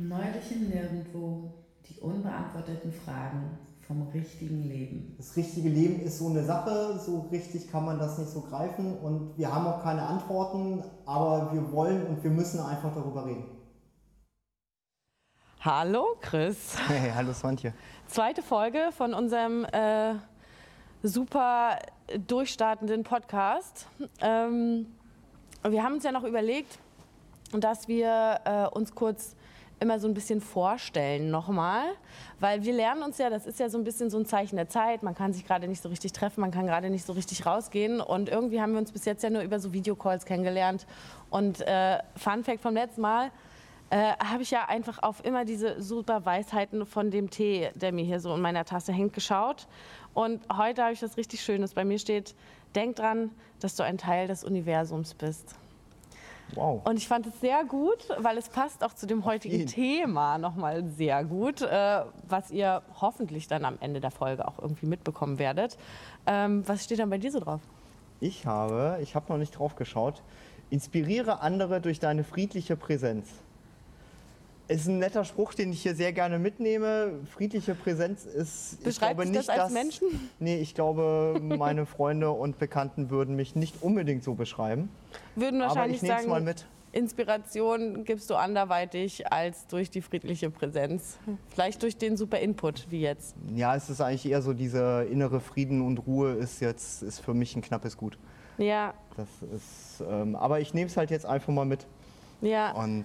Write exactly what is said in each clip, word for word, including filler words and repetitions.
Neulich im Nirgendwo, die unbeantworteten Fragen vom richtigen Leben. Das richtige Leben ist so eine Sache, so richtig kann man das nicht so greifen und wir haben auch keine Antworten, aber wir wollen und wir müssen einfach darüber reden. Hallo Chris. Hey, hallo Swantje. Zweite Folge von unserem äh, super durchstartenden Podcast. Ähm, wir haben uns ja noch überlegt, dass wir äh, uns kurz immer so ein bisschen vorstellen nochmal, weil wir lernen uns ja, das ist ja so ein bisschen so ein Zeichen der Zeit, man kann sich gerade nicht so richtig treffen, man kann gerade nicht so richtig rausgehen und irgendwie haben wir uns bis jetzt ja nur über so Videocalls kennengelernt und äh, Fun Fact vom letzten Mal, äh, habe ich ja einfach auf immer diese super Weisheiten von dem Tee, der mir hier so in meiner Tasse hängt, geschaut und heute habe ich was richtig Schönes, bei mir steht, denk dran, dass du ein Teil des Universums bist. Wow. Und ich fand es sehr gut, weil es passt auch zu dem heutigen Thema nochmal sehr gut, äh, was ihr hoffentlich dann am Ende der Folge auch irgendwie mitbekommen werdet. Ähm, was steht dann bei dir so drauf? Ich habe, ich habe noch nicht drauf geschaut, inspiriere andere durch deine friedliche Präsenz. Ist ein netter Spruch, den ich hier sehr gerne mitnehme. Friedliche Präsenz ist, ich glaube nicht, das als dass, Menschen? Nee, ich glaube, meine Freunde und Bekannten würden mich nicht unbedingt so beschreiben. Würden wahrscheinlich Aber ich nehme es sagen, mal mit. Inspiration gibst du anderweitig als durch die friedliche Präsenz. Vielleicht durch den super Input, wie jetzt. Ja, es ist eigentlich eher so, dieser innere Frieden und Ruhe ist jetzt ist für mich ein knappes Gut. Ja. Das ist, ähm, aber ich nehme es halt jetzt einfach mal mit. Ja. Und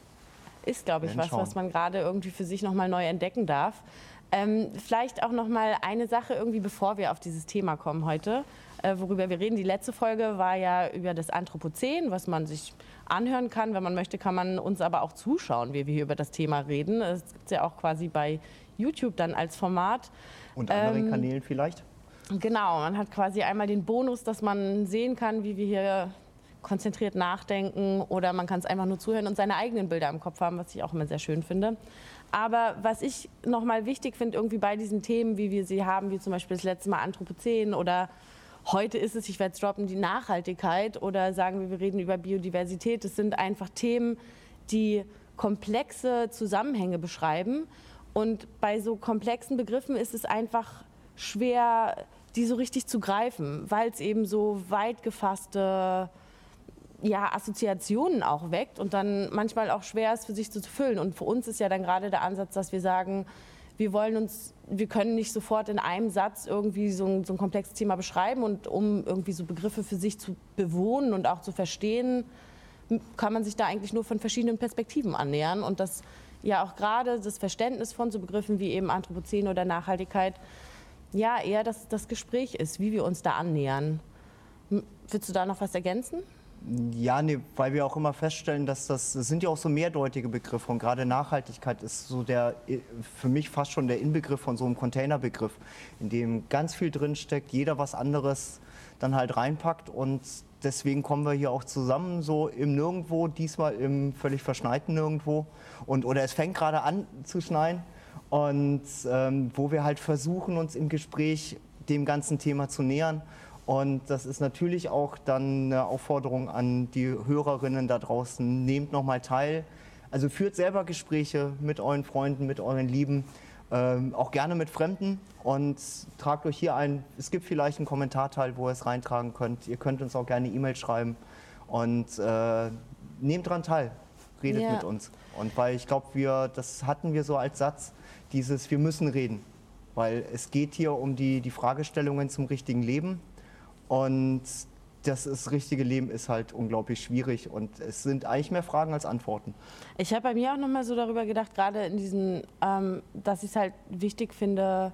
ist, glaube ich, was, was man gerade irgendwie für sich nochmal neu entdecken darf. Ähm, vielleicht auch nochmal eine Sache irgendwie, bevor wir auf dieses Thema kommen heute, äh, worüber wir reden. Die letzte Folge war ja über das Anthropozän, was man sich anhören kann. Wenn man möchte, kann man uns aber auch zuschauen, wie wir hier über das Thema reden. Das gibt es ja auch quasi bei YouTube dann als Format. Und anderen ähm, Kanälen vielleicht? Genau, man hat quasi einmal den Bonus, dass man sehen kann, wie wir hier konzentriert nachdenken oder man kann es einfach nur zuhören und seine eigenen Bilder im Kopf haben, was ich auch immer sehr schön finde. Aber was ich nochmal wichtig finde, irgendwie bei diesen Themen, wie wir sie haben, wie zum Beispiel das letzte Mal Anthropozän oder heute ist es, ich werde es droppen, die Nachhaltigkeit oder sagen wir, wir reden über Biodiversität. Das sind einfach Themen, die komplexe Zusammenhänge beschreiben und bei so komplexen Begriffen ist es einfach schwer, die so richtig zu greifen, weil es eben so weit gefasste ja, Assoziationen auch weckt und dann manchmal auch schwer ist für sich zu füllen. Und für uns ist ja dann gerade der Ansatz, dass wir sagen, wir wollen uns, wir können nicht sofort in einem Satz irgendwie so ein, so ein komplexes Thema beschreiben und um irgendwie so Begriffe für sich zu bewohnen und auch zu verstehen, kann man sich da eigentlich nur von verschiedenen Perspektiven annähern und dass ja auch gerade das Verständnis von so Begriffen wie eben Anthropozän oder Nachhaltigkeit ja eher das, das Gespräch ist, wie wir uns da annähern. Willst du da noch was ergänzen? Ja, nee, weil wir auch immer feststellen, dass das, das sind ja auch so mehrdeutige Begriffe und gerade Nachhaltigkeit ist so der, für mich fast schon der Inbegriff von so einem Containerbegriff, in dem ganz viel drinsteckt, jeder was anderes dann halt reinpackt und deswegen kommen wir hier auch zusammen, so im Nirgendwo, diesmal im völlig verschneiten Nirgendwo und, oder es fängt gerade an zu schneien und ähm, wo wir halt versuchen, uns im Gespräch dem ganzen Thema zu nähern. Und das ist natürlich auch dann eine Aufforderung an die Hörerinnen da draußen, nehmt nochmal teil. Also führt selber Gespräche mit euren Freunden, mit euren Lieben, ähm, auch gerne mit Fremden und tragt euch hier ein. Es gibt vielleicht einen Kommentarteil, wo ihr es reintragen könnt. Ihr könnt uns auch gerne E-Mail schreiben und äh, nehmt dran teil, redet ja. mit uns. Und weil ich glaube, wir, das hatten wir so als Satz, dieses wir müssen reden. Weil es geht hier um die, die Fragestellungen zum richtigen Leben. Und das, das richtige Leben ist halt unglaublich schwierig und es sind eigentlich mehr Fragen als Antworten. Ich habe bei mir auch noch mal so darüber gedacht, gerade in diesen, ähm, dass ich es halt wichtig finde,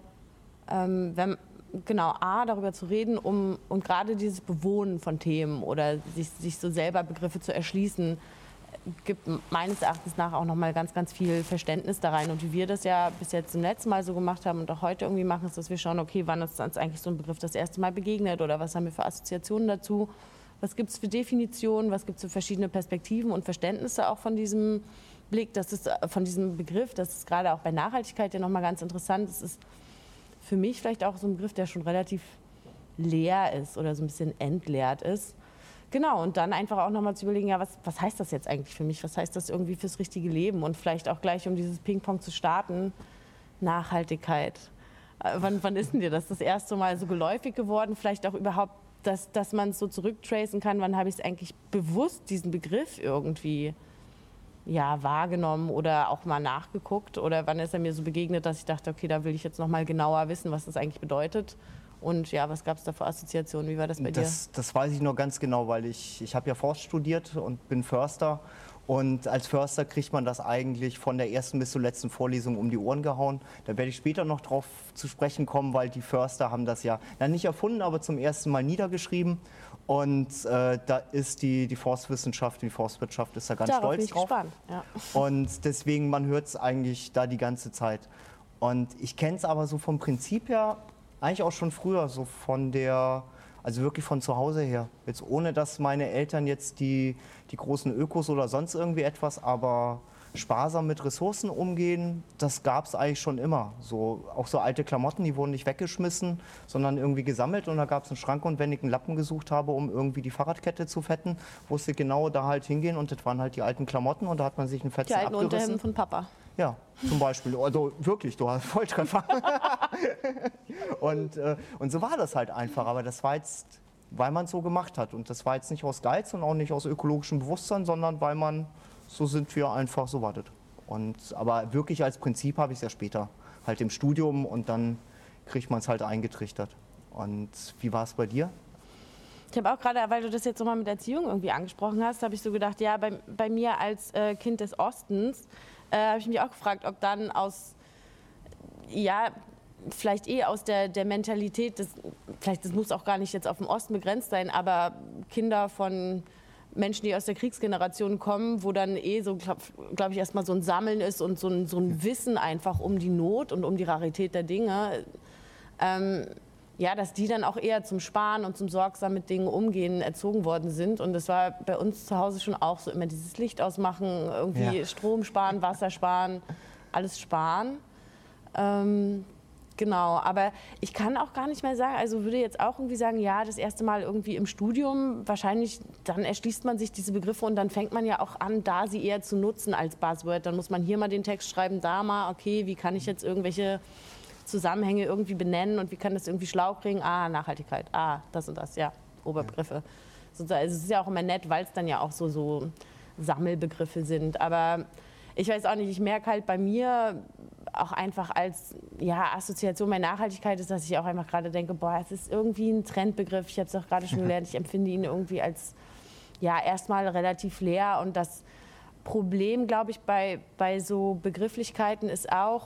ähm, wenn, genau, A, darüber zu reden, um, und gerade dieses Bewohnen von Themen oder sich, sich so selber Begriffe zu erschließen, gibt meines Erachtens nach auch noch mal ganz, ganz viel Verständnis da rein. Und wie wir das ja bis jetzt zum letzten Mal so gemacht haben und auch heute irgendwie machen, ist, dass wir schauen, okay, wann ist uns eigentlich so ein Begriff das erste Mal begegnet oder was haben wir für Assoziationen dazu, was gibt es für Definitionen, was gibt es für verschiedene Perspektiven und Verständnisse auch von diesem Blick, das ist, von diesem Begriff, das ist gerade auch bei Nachhaltigkeit ja noch mal ganz interessant. Das ist für mich vielleicht auch so ein Begriff, der schon relativ leer ist oder so ein bisschen entleert ist. Genau, und dann einfach auch nochmal zu überlegen, ja, was, was heißt das jetzt eigentlich für mich? Was heißt das irgendwie fürs richtige Leben? Und vielleicht auch gleich, um dieses Ping-Pong zu starten, Nachhaltigkeit. Äh, wann, wann ist denn dir das das erste Mal so geläufig geworden? Vielleicht auch überhaupt, dass, dass man es so zurücktracen kann. Wann habe ich es eigentlich bewusst, diesen Begriff irgendwie ja, wahrgenommen oder auch mal nachgeguckt? Oder wann ist er mir so begegnet, dass ich dachte, okay, da will ich jetzt noch mal genauer wissen, was das eigentlich bedeutet? Und ja, was gab es da für Assoziationen? Wie war das bei das, dir? Das weiß ich noch ganz genau, weil ich, ich habe ja Forst studiert und bin Förster. Und als Förster kriegt man das eigentlich von der ersten bis zur letzten Vorlesung um die Ohren gehauen. Da werde ich später noch drauf zu sprechen kommen, weil die Förster haben das ja na, nicht erfunden, aber zum ersten Mal niedergeschrieben. Und äh, da ist die, die Forstwissenschaft, die Forstwirtschaft ist da ganz Darauf stolz bin ich drauf. gespannt, ja. Und deswegen, man hört es eigentlich da die ganze Zeit. Und ich kenne es aber so vom Prinzip her eigentlich auch schon früher, so von der, also wirklich von zu Hause her. Jetzt ohne, dass meine Eltern jetzt die, die großen Ökos oder sonst irgendwie etwas, aber sparsam mit Ressourcen umgehen, das gab es eigentlich schon immer. So, auch so alte Klamotten, die wurden nicht weggeschmissen, sondern irgendwie gesammelt. Und da gab es einen Schrank, und wenn ich einen Lappen gesucht habe, um irgendwie die Fahrradkette zu fetten, wusste ich genau da halt hingehen. Und das waren halt die alten Klamotten, und da hat man sich einen Fetzen Die alten abgerissen. Unterhemden von Papa. Ja, zum Beispiel. Also wirklich, du hast Volltreffer. und, äh, und so war das halt einfach. Aber das war jetzt, weil man es so gemacht hat. Und das war jetzt nicht aus Geiz und auch nicht aus ökologischem Bewusstsein, sondern weil man, so sind wir einfach, so wartet. Und, aber wirklich als Prinzip habe ich es ja später, halt im Studium, und dann kriegt man es halt eingetrichtert. Und wie war es bei dir? Ich habe auch gerade, weil du das jetzt nochmal mit Erziehung irgendwie angesprochen hast, habe ich so gedacht, ja, bei, bei mir als äh, Kind des Ostens äh, habe ich mich auch gefragt, ob dann aus, ja, vielleicht eh aus der, der Mentalität, des, vielleicht das muss auch gar nicht jetzt auf den Osten begrenzt sein, aber Kinder von Menschen, die aus der Kriegsgeneration kommen, wo dann eh so, glaube glaub ich, erstmal so ein Sammeln ist und so ein, so ein Wissen einfach um die Not und um die Rarität der Dinge, ähm, ja, dass die dann auch eher zum Sparen und zum sorgsam mit Dingen umgehen erzogen worden sind. Und das war bei uns zu Hause schon auch so, immer dieses Licht ausmachen, irgendwie Ja. Strom sparen, Wasser sparen, alles sparen. Ähm, genau, aber ich kann auch gar nicht mehr sagen, also würde jetzt auch irgendwie sagen, ja, das erste Mal irgendwie im Studium, wahrscheinlich, dann erschließt man sich diese Begriffe und dann fängt man ja auch an, da sie eher zu nutzen als Buzzword. Dann muss man hier mal den Text schreiben, da mal, okay, wie kann ich jetzt irgendwelche Zusammenhänge irgendwie benennen und wie kann das irgendwie schlau kriegen? Ah, Nachhaltigkeit, ah, das und das, ja, Oberbegriffe. Also es ist ja auch immer nett, weil es dann ja auch so, so Sammelbegriffe sind. Aber ich weiß auch nicht, ich merke halt bei mir auch einfach als ja, Assoziation bei Nachhaltigkeit ist, dass ich auch einfach gerade denke, boah, es ist irgendwie ein Trendbegriff. Ich habe es auch gerade schon gelernt, ich empfinde ihn irgendwie als ja, erstmal relativ leer. Und das Problem, glaube ich, bei, bei so Begrifflichkeiten ist auch,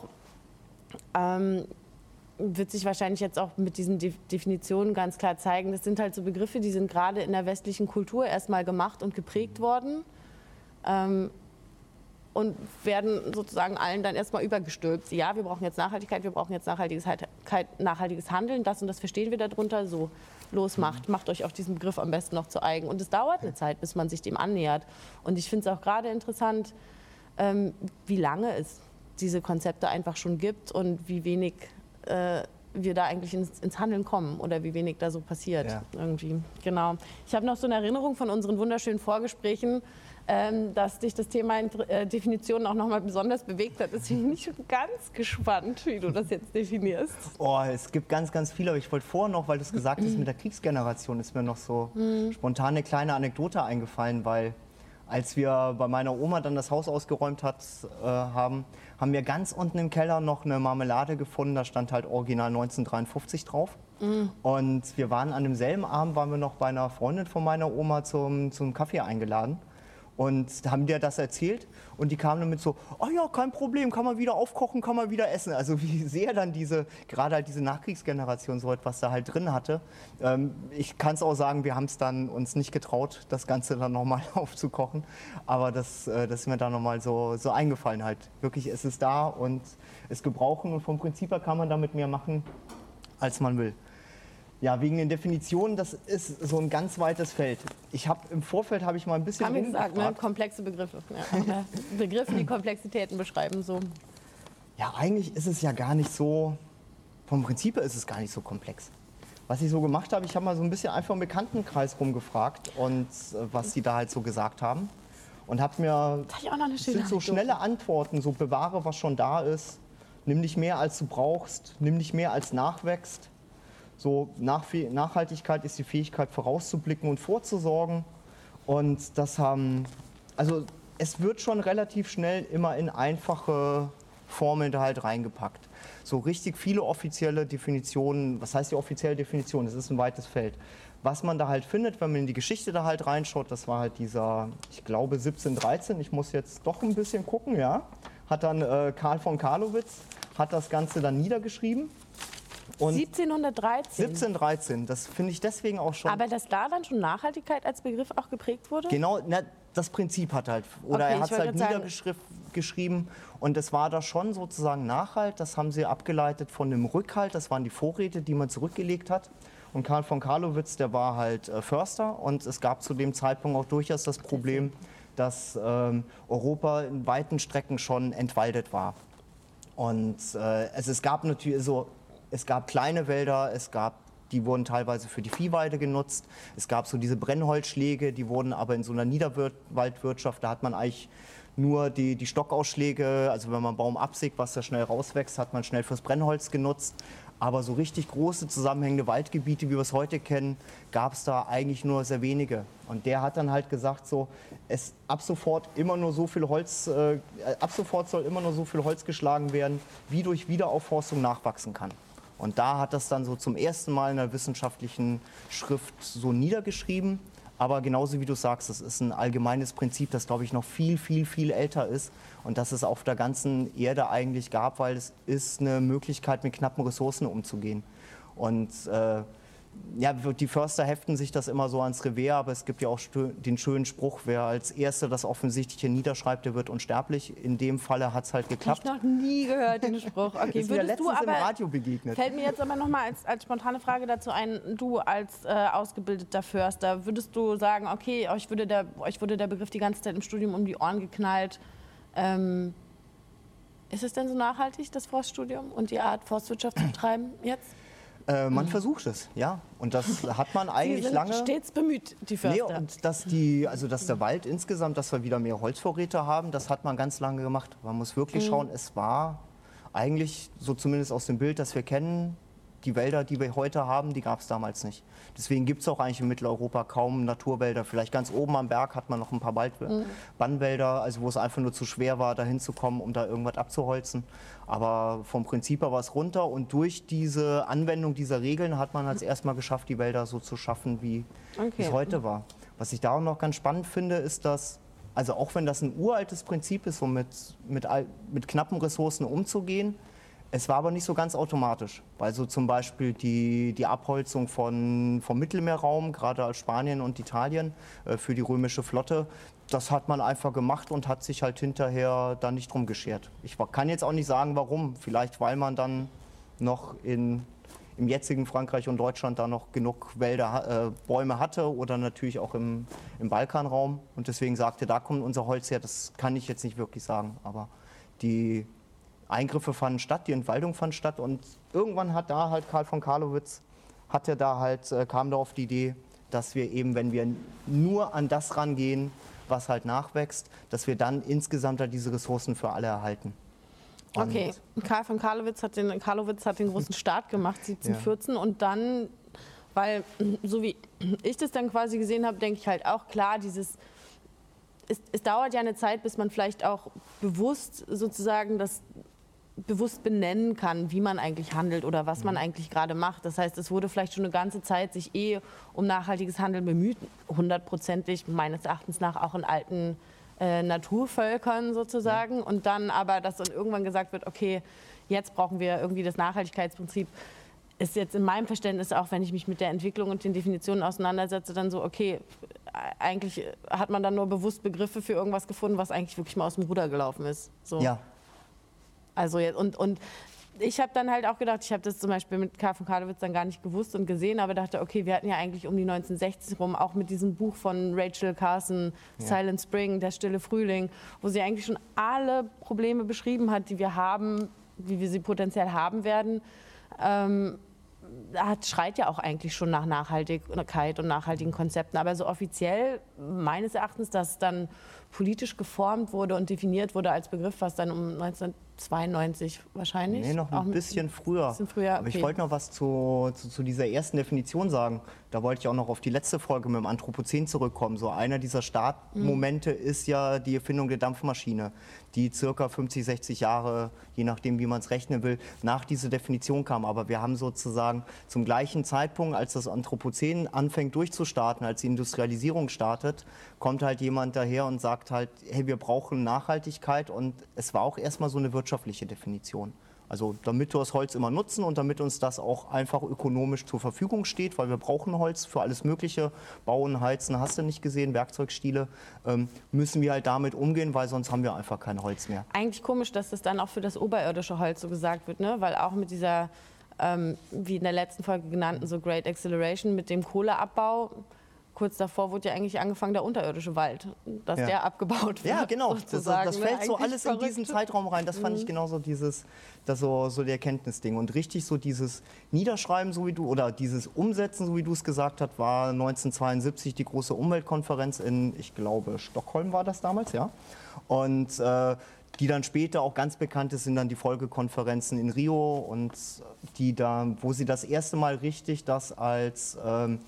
ähm, wird sich wahrscheinlich jetzt auch mit diesen De- Definitionen ganz klar zeigen, das sind halt so Begriffe, die sind gerade in der westlichen Kultur erstmal gemacht und geprägt worden. Ähm, und werden sozusagen allen dann erstmal übergestülpt. Ja, wir brauchen jetzt Nachhaltigkeit, wir brauchen jetzt nachhaltiges, nachhaltiges Handeln, das und das verstehen wir darunter, so, los, macht, macht euch auch diesen Begriff am besten noch zu eigen. Und es dauert eine Zeit, bis man sich dem annähert. Und ich finde es auch gerade interessant, ähm, wie lange es diese Konzepte einfach schon gibt und wie wenig äh, wir da eigentlich ins, ins Handeln kommen oder wie wenig da so passiert. Ja. Irgendwie. Genau. Ich habe noch so eine Erinnerung von unseren wunderschönen Vorgesprächen, ähm, dass dich das Thema äh, Definitionen auch nochmal besonders bewegt hat. Deswegen bin ich schon ganz gespannt, wie du das jetzt definierst. Oh, es gibt ganz, ganz viele, aber ich wollte vorher noch, weil du es gesagt hast, mit der Kriegsgeneration ist mir noch so Mhm. spontan eine kleine Anekdote eingefallen, weil als wir bei meiner Oma dann das Haus ausgeräumt hat, äh, haben, haben wir ganz unten im Keller noch eine Marmelade gefunden, da stand halt original neunzehnhundertdreiundfünfzig drauf. Mhm. Und wir waren an demselben Abend, waren wir noch bei einer Freundin von meiner Oma zum, zum Kaffee eingeladen. Und haben dir das erzählt und die kamen damit so, oh ja, kein Problem, kann man wieder aufkochen, kann man wieder essen. Also wie sehr dann diese, gerade halt diese Nachkriegsgeneration so etwas da halt drin hatte. Ähm, ich kann es auch sagen, wir haben es dann uns nicht getraut, das Ganze dann nochmal aufzukochen. Aber das, äh, das ist mir dann nochmal so, so eingefallen halt. Wirklich, es ist da und es gebrauchen und vom Prinzip her kann man damit mehr machen, als man will. Ja, wegen den Definitionen, das ist so ein ganz weites Feld. Ich habe im Vorfeld habe ich mal ein bisschen Haben wir gesagt, ne? rumgefragt. Komplexe Begriffe. Ja. Begriffe, die Komplexitäten beschreiben. So. Ja, eigentlich ist es ja gar nicht so, vom Prinzip her ist es gar nicht so komplex. Was ich so gemacht habe, ich habe mal so ein bisschen einfach im Bekanntenkreis rumgefragt und äh, was die da halt so gesagt haben. Und habe mir, Das ich auch noch eine das schöne sind so Anekdote. schnelle Antworten, so bewahre, was schon da ist, nimm nicht mehr, als du brauchst, nimm nicht mehr, als nachwächst. So Nach Nachhaltigkeit ist die Fähigkeit, vorauszublicken und vorzusorgen. Und das haben, also es wird schon relativ schnell immer in einfache Formeln da halt reingepackt. So richtig viele offizielle Definitionen, was heißt die offizielle Definition? Das ist ein weites Feld. Was man da halt findet, wenn man in die Geschichte da halt reinschaut, das war halt dieser, ich glaube siebzehnhundertdreizehn, ich muss jetzt doch ein bisschen gucken, ja, hat dann äh, Karl von Carlowitz, hat das Ganze dann niedergeschrieben. Und siebzehnhundertdreizehn. siebzehnhundertdreizehn, das finde ich deswegen auch schon. Aber dass da dann schon Nachhaltigkeit als Begriff auch geprägt wurde? Genau, na, das Prinzip hat halt, oder Okay, er hat ich es wollte halt gerade sagen- niedergeschrieben und es war da schon sozusagen Nachhalt, das haben sie abgeleitet von dem Rückhalt, das waren die Vorräte, die man zurückgelegt hat. Und Karl von Carlowitz, der war halt äh, Förster und es gab zu dem Zeitpunkt auch durchaus das Problem, dass ähm, Europa in weiten Strecken schon entwaldet war. Und äh, also es gab natürlich so, es gab kleine Wälder, es gab, die wurden teilweise für die Viehweide genutzt. Es gab so diese Brennholzschläge, die wurden aber in so einer Niederwaldwirtschaft, da hat man eigentlich nur die, die Stockausschläge, also wenn man einen Baum absägt, was da schnell rauswächst, hat man schnell fürs Brennholz genutzt. Aber so richtig große zusammenhängende Waldgebiete, wie wir es heute kennen, gab es da eigentlich nur sehr wenige. Und der hat dann halt gesagt, so, es ab sofort immer nur so viel Holz, äh, ab sofort soll immer nur so viel Holz geschlagen werden, wie durch Wiederaufforstung nachwachsen kann. Und da hat das dann so zum ersten Mal in der wissenschaftlichen Schrift so niedergeschrieben. Aber genauso wie du sagst, das ist ein allgemeines Prinzip, das, glaube ich, noch viel, viel, viel älter ist und das es auf der ganzen Erde eigentlich gab, weil es ist eine Möglichkeit, mit knappen Ressourcen umzugehen. Und äh, ja, die Förster heften sich das immer so ans Revier, aber es gibt ja auch den schönen Spruch, wer als Erster das Offensichtliche niederschreibt, der wird unsterblich. In dem Falle hat es halt Hab ich geklappt. noch nie gehört, den Spruch. Okay, Ist mir würdest du letztens im aber, Radio begegnet. fällt mir jetzt aber noch mal als, als spontane Frage dazu ein, du als äh, ausgebildeter Förster, würdest du sagen, okay, euch, würde der, euch wurde der Begriff die ganze Zeit im Studium um die Ohren geknallt. Ähm, ist es denn so nachhaltig, das Forststudium und die Art, Forstwirtschaft zu betreiben jetzt? Äh, man versucht es, ja. Und das hat man Sie eigentlich sind lange. stets bemüht, die Nee, Förster. und dass, die, also dass der Wald insgesamt, dass wir wieder mehr Holzvorräte haben, das hat man ganz lange gemacht. Man muss wirklich Mhm. schauen, es war eigentlich, so zumindest aus dem Bild, das wir kennen, die Wälder, die wir heute haben, die gab es damals nicht. Deswegen gibt es auch eigentlich in Mitteleuropa kaum Naturwälder. Vielleicht ganz oben am Berg hat man noch ein paar Wald Bannwälder, also wo es einfach nur zu schwer war, da hinzukommen, um da irgendwas abzuholzen. Aber vom Prinzip her war es runter und durch diese Anwendung dieser Regeln hat man es erstmal geschafft, die Wälder so zu schaffen, wie Okay. es heute war. Was ich da auch noch ganz spannend finde, ist, dass, also auch wenn das ein uraltes Prinzip ist, so mit, mit, all- mit knappen Ressourcen umzugehen, es war aber nicht so ganz automatisch, weil so zum Beispiel die, die Abholzung von, vom Mittelmeerraum, gerade als Spanien und Italien, äh, für die römische Flotte, das hat man einfach gemacht und hat sich halt hinterher dann nicht drum geschert. Ich wa- kann jetzt auch nicht sagen, warum. Vielleicht, weil man dann noch in, im jetzigen Frankreich und Deutschland da noch genug Wälder, ha- äh, Bäume hatte oder natürlich auch im, im Balkanraum und deswegen sagte, da kommt unser Holz her. Das kann ich jetzt nicht wirklich sagen, aber die Eingriffe fanden statt, die Entwaldung fand statt und irgendwann hat da halt Karl von Carlowitz, hat er da halt, äh, kam da auf die Idee, dass wir eben, wenn wir nur an das rangehen, was halt nachwächst, dass wir dann insgesamt halt diese Ressourcen für alle erhalten. Und Okay, Karl von Carlowitz hat den, Carlowitz hat den großen Start gemacht, siebzehnhundertvierzehn. Und dann, weil so wie ich das dann quasi gesehen habe, denke ich halt auch, klar, dieses, es, es dauert ja eine Zeit, bis man vielleicht auch bewusst sozusagen das bewusst benennen kann, wie man eigentlich handelt oder was man eigentlich gerade macht. Das heißt, es wurde vielleicht schon eine ganze Zeit sich eh um nachhaltiges Handeln bemüht, hundertprozentig meines Erachtens nach auch in alten äh, Naturvölkern sozusagen. Und dann aber, dass dann irgendwann gesagt wird, okay, jetzt brauchen wir irgendwie das Nachhaltigkeitsprinzip, ist jetzt in meinem Verständnis auch, wenn ich mich mit der Entwicklung und den Definitionen auseinandersetze, dann so, okay, eigentlich hat man dann nur bewusst Begriffe für irgendwas gefunden, was eigentlich wirklich mal aus dem Ruder gelaufen ist. So. ja, Also jetzt, und, und ich habe dann halt auch gedacht, ich habe das zum Beispiel mit Karl von Carlowitz dann gar nicht gewusst und gesehen, aber dachte, okay, wir hatten ja eigentlich um die neunzehnhundertsechzig rum, auch mit diesem Buch von Rachel Carson, Ja. Silent Spring, Der stille Frühling, wo sie eigentlich schon alle Probleme beschrieben hat, die wir haben, wie wir sie potenziell haben werden, ähm, hat, schreit ja auch eigentlich schon nach Nachhaltigkeit und nachhaltigen Konzepten. Aber so offiziell meines Erachtens, dass dann politisch geformt wurde und definiert wurde als Begriff, was dann um neunzehnhundertzweiundneunzig wahrscheinlich. Nee, noch ein auch bisschen früher. Bisschen früher okay. Aber ich wollte noch was zu, zu, zu dieser ersten Definition sagen. Da wollte ich auch noch auf die letzte Folge mit dem Anthropozän zurückkommen. So einer dieser Startmomente mhm. ist ja die Erfindung der Dampfmaschine, die circa fünfzig, sechzig Jahre, je nachdem wie man es rechnen will, nach dieser Definition kam. Aber wir haben sozusagen zum gleichen Zeitpunkt, als das Anthropozän anfängt durchzustarten, als die Industrialisierung startet, kommt halt jemand daher und sagt halt, hey, wir brauchen Nachhaltigkeit, und es war auch erstmal so eine wirtschaftliche Definition. Also damit wir das Holz immer nutzen und damit uns das auch einfach ökonomisch zur Verfügung steht, weil wir brauchen Holz für alles Mögliche, Bauen, Heizen, hast du nicht gesehen, Werkzeugstiele, ähm, müssen wir halt damit umgehen, weil sonst haben wir einfach kein Holz mehr. Eigentlich komisch, dass das dann auch für das oberirdische Holz so gesagt wird, ne? Weil auch mit dieser, ähm, wie in der letzten Folge genannten, so Great Acceleration mit dem Kohleabbau, kurz davor wurde ja eigentlich angefangen, der unterirdische Wald, dass ja. der abgebaut wird. Ja, genau. Das, das, das fällt ne? so alles verrückt. in diesen Zeitraum rein. Das fand mhm. ich genauso dieses, das so, so der Erkenntnisding. Und richtig so dieses Niederschreiben, so wie du, oder dieses Umsetzen, so wie du es gesagt hast, war neunzehnhundertzweiundsiebzig die große Umweltkonferenz in, ich glaube, Stockholm war das damals, ja. Und äh, die dann später auch ganz bekannt ist, sind dann die Folgekonferenzen in Rio, und die da, wo sie das erste Mal richtig das als ähm,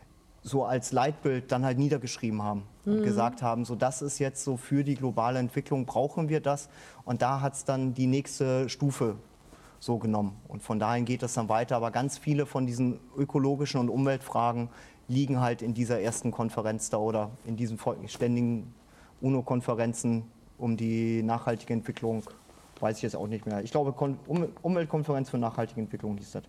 so als Leitbild dann halt niedergeschrieben haben und mhm. gesagt haben, so das ist jetzt so für die globale Entwicklung, brauchen wir das. Und da hat es dann die nächste Stufe so genommen. Und von dahin geht das dann weiter. Aber ganz viele von diesen ökologischen und Umweltfragen liegen halt in dieser ersten Konferenz da oder in diesen ständigen UNO-Konferenzen um die nachhaltige Entwicklung, weiß ich jetzt auch nicht mehr. Ich glaube, Umweltkonferenz für nachhaltige Entwicklung hieß das.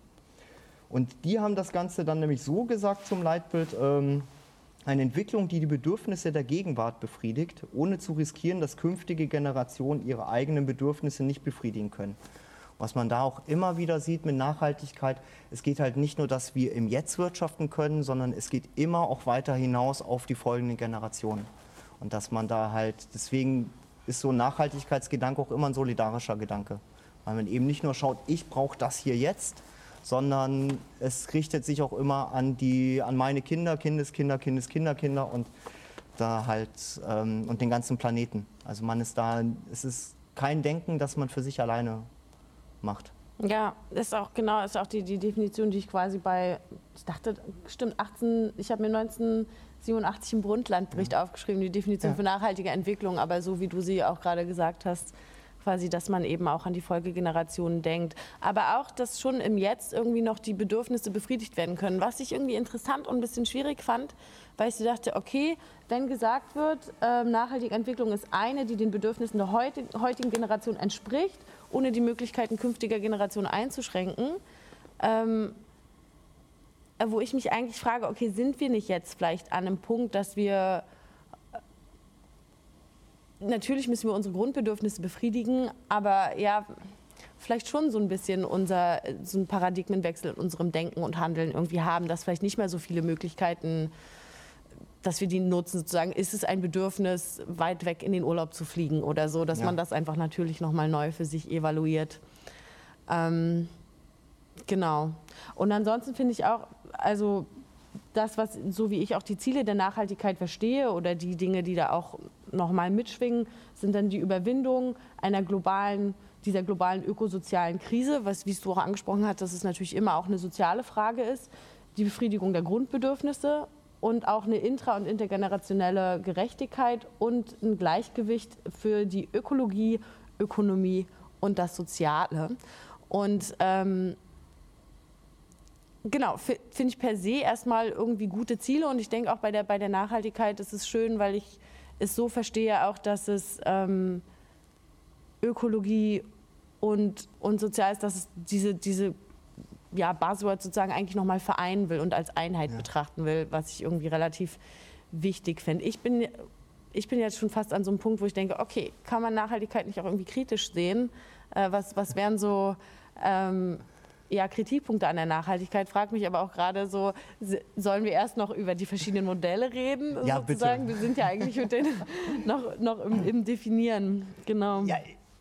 Und die haben das Ganze dann nämlich so gesagt zum Leitbild, ähm, eine Entwicklung, die die Bedürfnisse der Gegenwart befriedigt, ohne zu riskieren, dass künftige Generationen ihre eigenen Bedürfnisse nicht befriedigen können. Was man da auch immer wieder sieht mit Nachhaltigkeit, es geht halt nicht nur, dass wir im Jetzt wirtschaften können, sondern es geht immer auch weiter hinaus auf die folgenden Generationen. Und dass man da halt, deswegen ist so ein Nachhaltigkeitsgedanke auch immer ein solidarischer Gedanke. Weil man eben nicht nur schaut, ich brauche das hier jetzt, sondern es richtet sich auch immer an, die, an meine Kinder, Kindeskinder, Kindeskinderkinder und da halt ähm, und den ganzen Planeten. Also man ist da, es ist kein Denken, das man für sich alleine macht. Ja, ist auch genau, ist auch die, die Definition, die ich quasi bei, ich dachte, stimmt, achtzehn, ich habe mir neunzehnhundertsiebenundachtzig im Brundtland-Bericht ja. aufgeschrieben, die Definition ja. für nachhaltige Entwicklung, aber so wie du sie auch gerade gesagt hast, quasi, dass man eben auch an die Folgegenerationen denkt. Aber auch, dass schon im Jetzt irgendwie noch die Bedürfnisse befriedigt werden können. Was ich irgendwie interessant und ein bisschen schwierig fand, weil ich so dachte, okay, wenn gesagt wird, äh, nachhaltige Entwicklung ist eine, die den Bedürfnissen der heutigen Generation entspricht, ohne die Möglichkeiten künftiger Generationen einzuschränken, ähm, wo ich mich eigentlich frage, okay, sind wir nicht jetzt vielleicht an einem Punkt, dass wir natürlich müssen wir unsere Grundbedürfnisse befriedigen, aber ja, vielleicht schon so ein bisschen unser, so einen Paradigmenwechsel in unserem Denken und Handeln irgendwie haben, dass vielleicht nicht mehr so viele Möglichkeiten, dass wir die nutzen, sozusagen, ist es ein Bedürfnis, weit weg in den Urlaub zu fliegen oder so, dass ja. man das einfach natürlich nochmal neu für sich evaluiert. Ähm, genau. Und ansonsten finde ich auch, also das, was, so wie ich auch die Ziele der Nachhaltigkeit verstehe oder die Dinge, die da auch nochmal mitschwingen, sind dann die Überwindung einer globalen, dieser globalen ökosozialen Krise, was, wie du auch angesprochen hast, dass es natürlich immer auch eine soziale Frage ist, die Befriedigung der Grundbedürfnisse und auch eine intra- und intergenerationelle Gerechtigkeit und ein Gleichgewicht für die Ökologie, Ökonomie und das Soziale. Und ähm, genau, finde ich per se erstmal irgendwie gute Ziele und ich denke auch bei der, bei der Nachhaltigkeit ist es schön, weil ich es so verstehe auch, dass es ähm, Ökologie und, und sozial ist, dass es diese, diese ja, Buzzword sozusagen eigentlich nochmal vereinen will und als Einheit ja. betrachten will, was ich irgendwie relativ wichtig finde. Ich bin, ich bin jetzt schon fast an so einem Punkt, wo ich denke, okay, kann man Nachhaltigkeit nicht auch irgendwie kritisch sehen? Äh, was, was wären so ähm, ja, Kritikpunkte an der Nachhaltigkeit? Frag mich aber auch gerade so, sollen wir erst noch über die verschiedenen Modelle reden? Ja, sozusagen? bitte. Wir sind ja eigentlich mit den noch, noch im, im Definieren. Genau. Ja,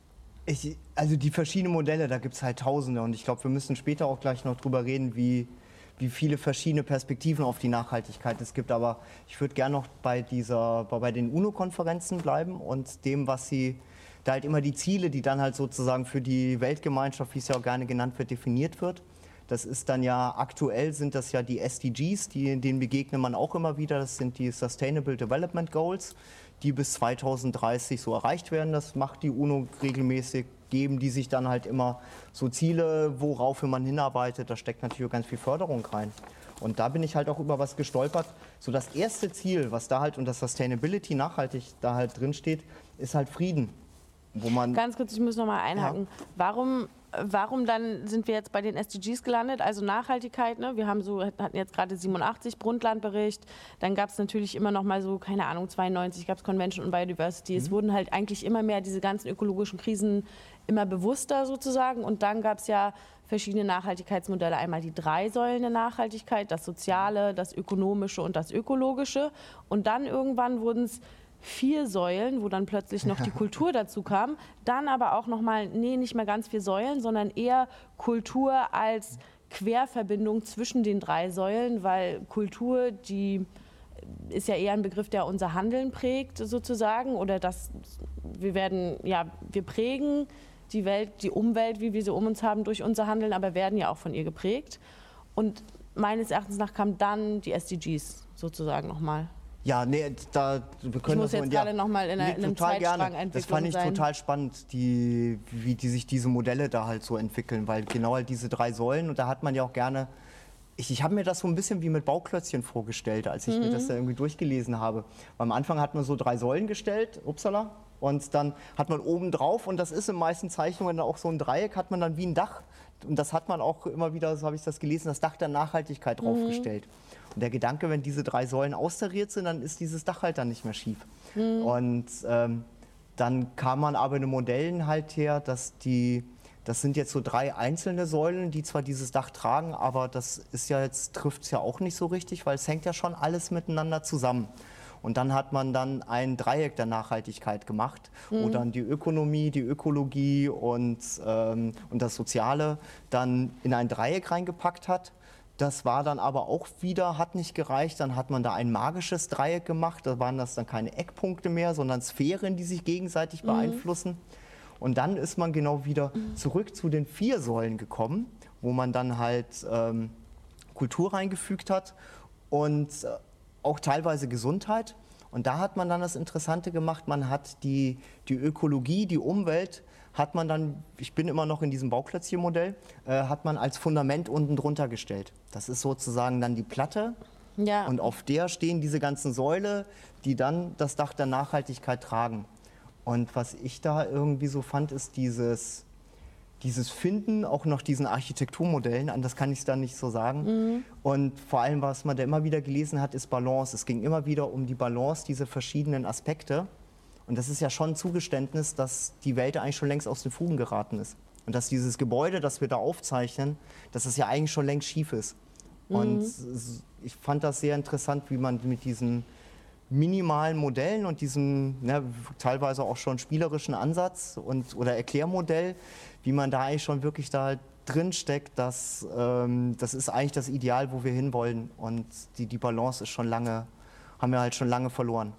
Ich, also die verschiedenen Modelle, da gibt es halt Tausende und ich glaube, wir müssen später auch gleich noch drüber reden, wie, wie viele verschiedene Perspektiven auf die Nachhaltigkeit es gibt. Aber ich würde gerne noch bei, dieser, bei den UNO-Konferenzen bleiben und dem, was sie, da halt immer die Ziele, die dann halt sozusagen für die Weltgemeinschaft, wie es ja auch gerne genannt wird, definiert wird. Das ist dann ja, aktuell sind das ja die S D Gs, die, denen begegnet man auch immer wieder. Das sind die Sustainable Development Goals, die bis zweitausenddreißig so erreicht werden. Das macht die UNO regelmäßig, geben die sich dann halt immer so Ziele, worauf man hinarbeitet. Da steckt natürlich auch ganz viel Förderung rein. Und da bin ich halt auch über was gestolpert. So das erste Ziel, was da halt unter Sustainability nachhaltig da halt drin steht, ist halt Frieden. Wo man Ganz kurz, ich muss noch mal einhaken. Ja. Warum, warum dann sind wir jetzt bei den S D Gs gelandet? Also Nachhaltigkeit, ne? Wir haben so, hatten jetzt gerade siebenundachtzig, Brundtland-Bericht. Dann gab es natürlich immer noch mal so, keine Ahnung, zweiundneunzig gab es Convention on Biodiversity. Mhm. Es wurden halt eigentlich immer mehr diese ganzen ökologischen Krisen immer bewusster sozusagen. Und dann gab es ja verschiedene Nachhaltigkeitsmodelle. Einmal die drei Säulen der Nachhaltigkeit, das Soziale, das Ökonomische und das Ökologische. Und dann irgendwann wurden es vier Säulen, wo dann plötzlich noch die Kultur dazu kam. Dann aber auch noch mal, nee, nicht mehr ganz vier Säulen, sondern eher Kultur als Querverbindung zwischen den drei Säulen, weil Kultur, die ist ja eher ein Begriff, der unser Handeln prägt sozusagen, oder das, wir werden, ja, wir prägen die Welt, die Umwelt, wie wir sie um uns haben, durch unser Handeln, aber werden ja auch von ihr geprägt. Und meines Erachtens nach kamen dann die S D Gs sozusagen nochmal. Ja, nee, da, wir können ich muss das jetzt ja, gerade nochmal in, in einem total Zeitstrang gerne. Entwicklung Das fand ich sein. total spannend, die, wie die sich diese Modelle da halt so entwickeln, weil genau halt diese drei Säulen, und da hat man ja auch gerne, ich, ich habe mir das so ein bisschen wie mit Bauklötzchen vorgestellt, als ich Mhm. mir das da irgendwie durchgelesen habe. Am Anfang hat man so drei Säulen gestellt, upsala, und dann hat man oben drauf, und das ist in meisten Zeichnungen auch so ein Dreieck, hat man dann wie ein Dach. Und das hat man auch immer wieder, so habe ich das gelesen, das Dach der Nachhaltigkeit draufgestellt. Mhm. Und der Gedanke, wenn diese drei Säulen austariert sind, dann ist dieses Dach halt dann nicht mehr schief. Mhm. Und ähm, dann kam man aber in den Modellen halt her, dass die, das sind jetzt so drei einzelne Säulen, die zwar dieses Dach tragen, aber das ist ja jetzt, trifft es ja auch nicht so richtig, weil es hängt ja schon alles miteinander zusammen. Und dann hat man dann ein Dreieck der Nachhaltigkeit gemacht, mhm. wo dann die Ökonomie, die Ökologie und, ähm, und das Soziale dann in ein Dreieck reingepackt hat. Das war dann aber auch wieder, hat nicht gereicht. Dann hat man da ein magisches Dreieck gemacht. Da waren das dann keine Eckpunkte mehr, sondern Sphären, die sich gegenseitig mhm. beeinflussen. Und dann ist man genau wieder mhm. zurück zu den vier Säulen gekommen, wo man dann halt ähm, Kultur reingefügt hat und äh, auch teilweise Gesundheit. Und da hat man dann das Interessante gemacht, man hat die, die Ökologie, die Umwelt, hat man dann, ich bin immer noch in diesem Bauklötzchen-Modell, äh, hat man als Fundament unten drunter gestellt. Das ist sozusagen dann die Platte ja. und auf der stehen diese ganzen Säule, die dann das Dach der Nachhaltigkeit tragen. Und was ich da irgendwie so fand, ist dieses, dieses Finden auch noch diesen Architekturmodellen, anders kann ich es dann nicht so sagen. Mhm. Und vor allem, was man da immer wieder gelesen hat, ist Balance. Es ging immer wieder um die Balance dieser verschiedenen Aspekte. Und das ist ja schon ein Zugeständnis, dass die Welt eigentlich schon längst aus den Fugen geraten ist. Und dass dieses Gebäude, das wir da aufzeichnen, dass es ja eigentlich schon längst schief ist. Mhm. Und ich fand das sehr interessant, wie man mit diesen minimalen Modellen und diesem ne, teilweise auch schon spielerischen Ansatz und, oder Erklärmodell, wie man da eigentlich schon wirklich da drin steckt, dass ähm, das ist eigentlich das Ideal, wo wir hinwollen. Und die, die Balance ist schon lange, haben wir halt schon lange verloren.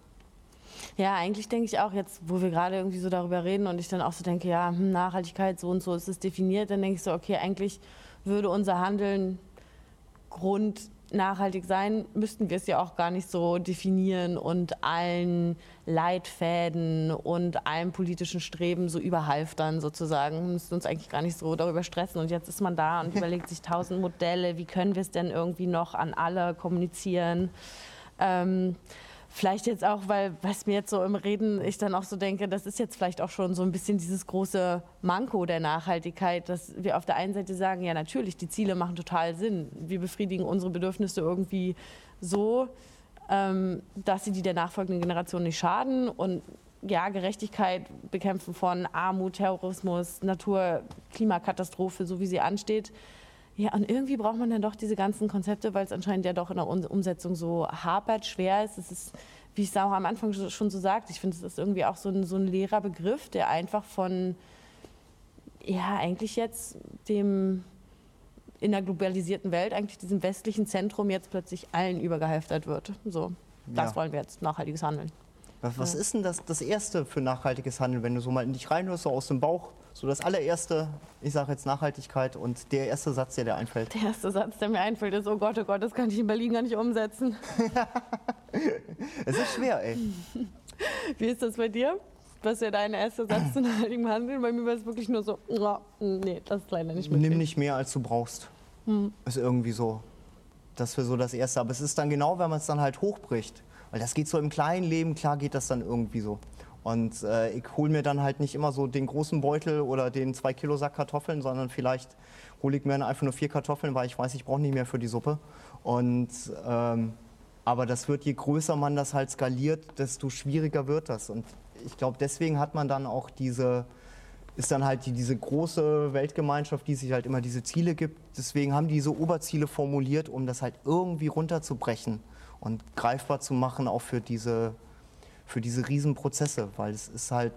Ja, eigentlich denke ich auch jetzt, wo wir gerade irgendwie so darüber reden und ich dann auch so denke, ja, hm, Nachhaltigkeit, so und so ist es definiert, dann denke ich so, okay, eigentlich würde unser Handeln Grund nachhaltig sein, müssten wir es ja auch gar nicht so definieren und allen Leitfäden und allem politischen Streben so überhalftern sozusagen. Wir müssten uns eigentlich gar nicht so darüber stressen. Und jetzt ist man da und überlegt sich tausend Modelle, wie können wir es denn irgendwie noch an alle kommunizieren. Ähm, Vielleicht jetzt auch, weil was mir jetzt so im Reden ich dann auch so denke, das ist jetzt vielleicht auch schon so ein bisschen dieses große Manko der Nachhaltigkeit, dass wir auf der einen Seite sagen, ja natürlich, die Ziele machen total Sinn. Wir befriedigen unsere Bedürfnisse irgendwie so, ähm, dass sie die der nachfolgenden Generation nicht schaden. Und ja, Gerechtigkeit, Bekämpfen von Armut, Terrorismus, Natur, Klimakatastrophe, so wie sie ansteht. Ja, und irgendwie braucht man dann doch diese ganzen Konzepte, weil es anscheinend ja doch in der Umsetzung so hapert, schwer ist. Es ist, wie ich es auch am Anfang schon so sagte, ich finde, es ist irgendwie auch so ein, so ein leerer Begriff, der einfach von ja, eigentlich jetzt dem in der globalisierten Welt, eigentlich diesem westlichen Zentrum jetzt plötzlich allen übergeheftet wird. So, das Ja. wollen wir jetzt, nachhaltiges Handeln. Was, was Ja. ist denn das, das Erste für nachhaltiges Handeln, wenn du so mal in dich reinhörst, so aus dem Bauch? So das allererste, ich sage jetzt Nachhaltigkeit und der erste Satz, der dir einfällt. Der erste Satz, der mir einfällt, ist, oh Gott, oh Gott, das kann ich in Berlin gar nicht umsetzen. Es ist schwer, ey. Wie ist das bei dir? Was ist ja dein erster Satz zu nachhaltigem Handeln? Bei mir war es wirklich nur so, oh, nee, das ist leider nicht möglich. Nimm nicht mehr, als du brauchst. Hm. Ist irgendwie so. Das wäre so das Erste. Aber es ist dann genau, wenn man es dann halt hochbricht. Weil das geht so im kleinen Leben, klar geht das dann irgendwie so. Und äh, ich hole mir dann halt nicht immer so den großen Beutel oder den zwei Kilo Sack Kartoffeln, sondern vielleicht hole ich mir dann einfach nur vier Kartoffeln, weil ich weiß, ich brauche nicht mehr für die Suppe. Und, ähm, aber das wird, je größer man das halt skaliert, desto schwieriger wird das. Und ich glaube, deswegen hat man dann auch diese, ist dann halt die, diese große Weltgemeinschaft, die sich halt immer diese Ziele gibt. Deswegen haben die diese Oberziele formuliert, um das halt irgendwie runterzubrechen und greifbar zu machen, auch für diese, für diese Riesenprozesse. Weil es ist halt,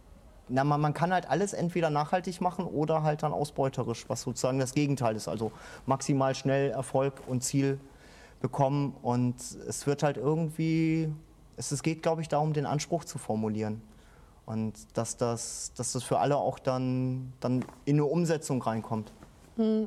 na, man, man kann halt alles entweder nachhaltig machen oder halt dann ausbeuterisch, was sozusagen das Gegenteil ist. Also maximal schnell Erfolg und Ziel bekommen. Und es wird halt irgendwie, es, es geht, glaube ich, darum, den Anspruch zu formulieren. Und dass das, dass das für alle auch dann, dann in eine Umsetzung reinkommt. Hm.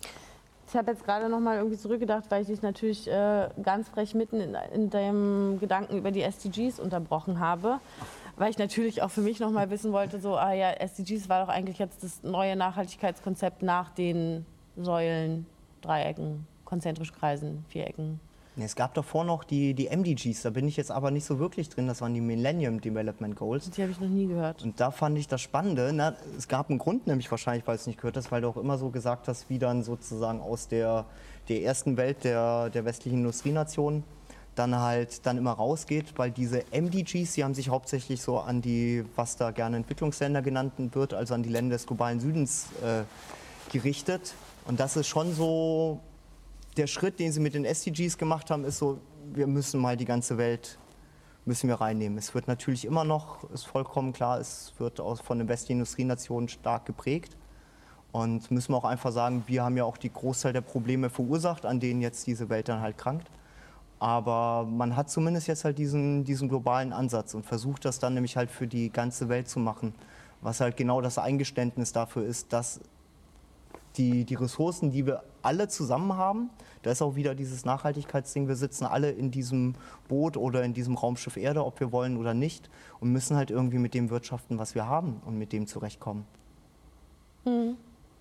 Ich habe jetzt gerade noch mal irgendwie zurückgedacht, weil ich dich natürlich äh, ganz frech mitten in, in dem Gedanken über die S D Gs unterbrochen habe. Weil ich natürlich auch für mich noch mal wissen wollte, so, ah ja, S D Gs war doch eigentlich jetzt das neue Nachhaltigkeitskonzept nach den Säulen, Dreiecken, konzentrischen Kreisen, Vierecken. Es gab davor noch die, die M D Gs, da bin ich jetzt aber nicht so wirklich drin, das waren die Millennium Development Goals. Die habe ich noch nie gehört. Und da fand ich das Spannende, na, es gab einen Grund, nämlich wahrscheinlich, weil es nicht gehört hast, weil du auch immer so gesagt hast, wie dann sozusagen aus der, der ersten Welt der, der westlichen Industrienationen dann halt dann immer rausgeht, weil diese M D Gs, die haben sich hauptsächlich so an die, was da gerne Entwicklungsländer genannt wird, also an die Länder des globalen Südens äh, gerichtet. Und das ist schon so, der Schritt, den sie mit den S D Gs gemacht haben, ist so, wir müssen mal die ganze Welt müssen wir reinnehmen. Es wird natürlich immer noch, ist vollkommen klar, es wird aus, von den westlichen Industrienationen stark geprägt. Und müssen wir auch einfach sagen, wir haben ja auch die Großteil der Probleme verursacht, an denen jetzt diese Welt dann halt krankt. Aber man hat zumindest jetzt halt diesen, diesen globalen Ansatz und versucht das dann nämlich halt für die ganze Welt zu machen. Was halt genau das Eingeständnis dafür ist, dass die, die Ressourcen, die wir alle zusammen haben, da ist auch wieder dieses Nachhaltigkeitsding, wir sitzen alle in diesem Boot oder in diesem Raumschiff Erde, ob wir wollen oder nicht, und müssen halt irgendwie mit dem wirtschaften, was wir haben und mit dem zurechtkommen. Hm.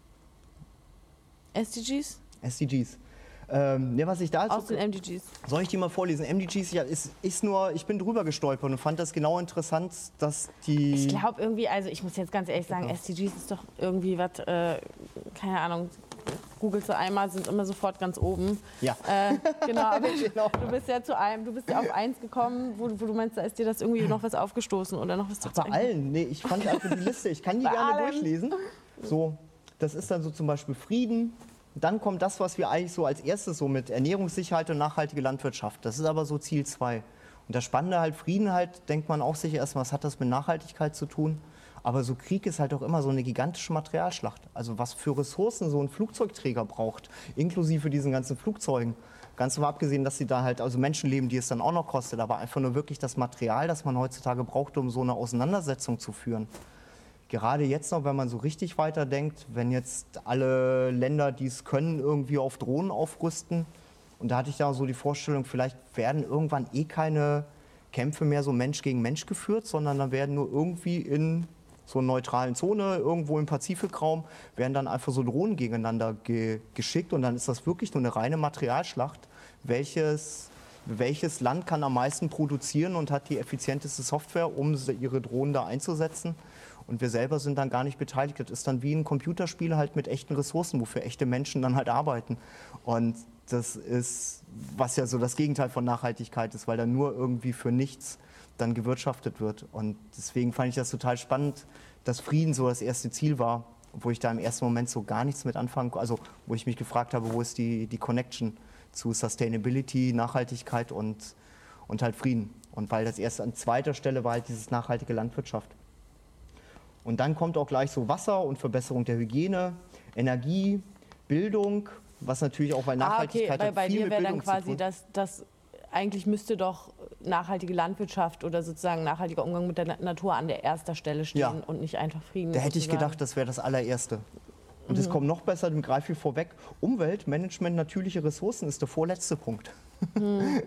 S D Gs? S D Gs. Ähm, ne, was ich da Aus den M D Gs. Soll ich die mal vorlesen? M D Gs, ja, ist, ist nur, ich bin drüber gestolpert und fand das genau interessant, dass die... Ich glaube irgendwie, also ich muss jetzt ganz ehrlich sagen, Ja. S D Gs ist doch irgendwie was, äh, keine Ahnung, googelst du einmal, sind immer sofort ganz oben. Ja. Äh, genau, aber Genau. du bist ja zu einem, du bist ja auf eins gekommen, wo, wo du meinst, da ist dir das irgendwie noch was aufgestoßen oder noch was zu Bei allen, nee, ich fand einfach die Liste, ich kann die Bei gerne allem. durchlesen. So, das ist dann so zum Beispiel Frieden. Dann kommt das, was wir eigentlich so als erstes so mit Ernährungssicherheit und nachhaltige Landwirtschaft. Das ist aber so Ziel zwei. Und das Spannende halt, Frieden halt, denkt man auch sich erstmal, was hat das mit Nachhaltigkeit zu tun? Aber so Krieg ist halt auch immer so eine gigantische Materialschlacht. Also was für Ressourcen so ein Flugzeugträger braucht, inklusive diesen ganzen Flugzeugen. Ganz mal abgesehen, dass sie da halt, also Menschenleben, die es dann auch noch kostet, aber einfach nur wirklich das Material, das man heutzutage braucht, um so eine Auseinandersetzung zu führen. Gerade jetzt noch, wenn man so richtig weiterdenkt, wenn jetzt alle Länder, die es können, irgendwie auf Drohnen aufrüsten. Und da hatte ich da so die Vorstellung, vielleicht werden irgendwann eh keine Kämpfe mehr so Mensch gegen Mensch geführt, sondern dann werden nur irgendwie in so einer neutralen Zone, irgendwo im Pazifikraum, werden dann einfach so Drohnen gegeneinander ge geschickt. Und dann ist das wirklich nur eine reine Materialschlacht. Welches, welches Land kann am meisten produzieren und hat die effizienteste Software, um ihre Drohnen da einzusetzen? Und wir selber sind dann gar nicht beteiligt. Das ist dann wie ein Computerspiel halt mit echten Ressourcen, wofür echte Menschen dann halt arbeiten. Und das ist, was ja so das Gegenteil von Nachhaltigkeit ist, weil da nur irgendwie für nichts dann gewirtschaftet wird. Und deswegen fand ich das total spannend, dass Frieden so das erste Ziel war, wo ich da im ersten Moment so gar nichts mit anfangen konnte. Also wo ich mich gefragt habe, wo ist die, die Connection zu Sustainability, Nachhaltigkeit und, und halt Frieden. Und weil das erste an zweiter Stelle war halt dieses nachhaltige Landwirtschaft. Und dann kommt auch gleich so Wasser und Verbesserung der Hygiene, Energie, Bildung, was natürlich auch, weil Nachhaltigkeit ah, okay. hat bei, bei viel dir mit wäre Bildung dann quasi zu tun. das, das, eigentlich müsste doch nachhaltige Landwirtschaft oder sozusagen nachhaltiger Umgang mit der Na- Natur an der erster Stelle stehen Ja. und nicht einfach Frieden. Da hätte ich sozusagen. gedacht, das wäre das allererste. Und es kommt noch besser, dem greife ich vorweg. Umweltmanagement, natürliche Ressourcen ist der vorletzte Punkt. Mhm.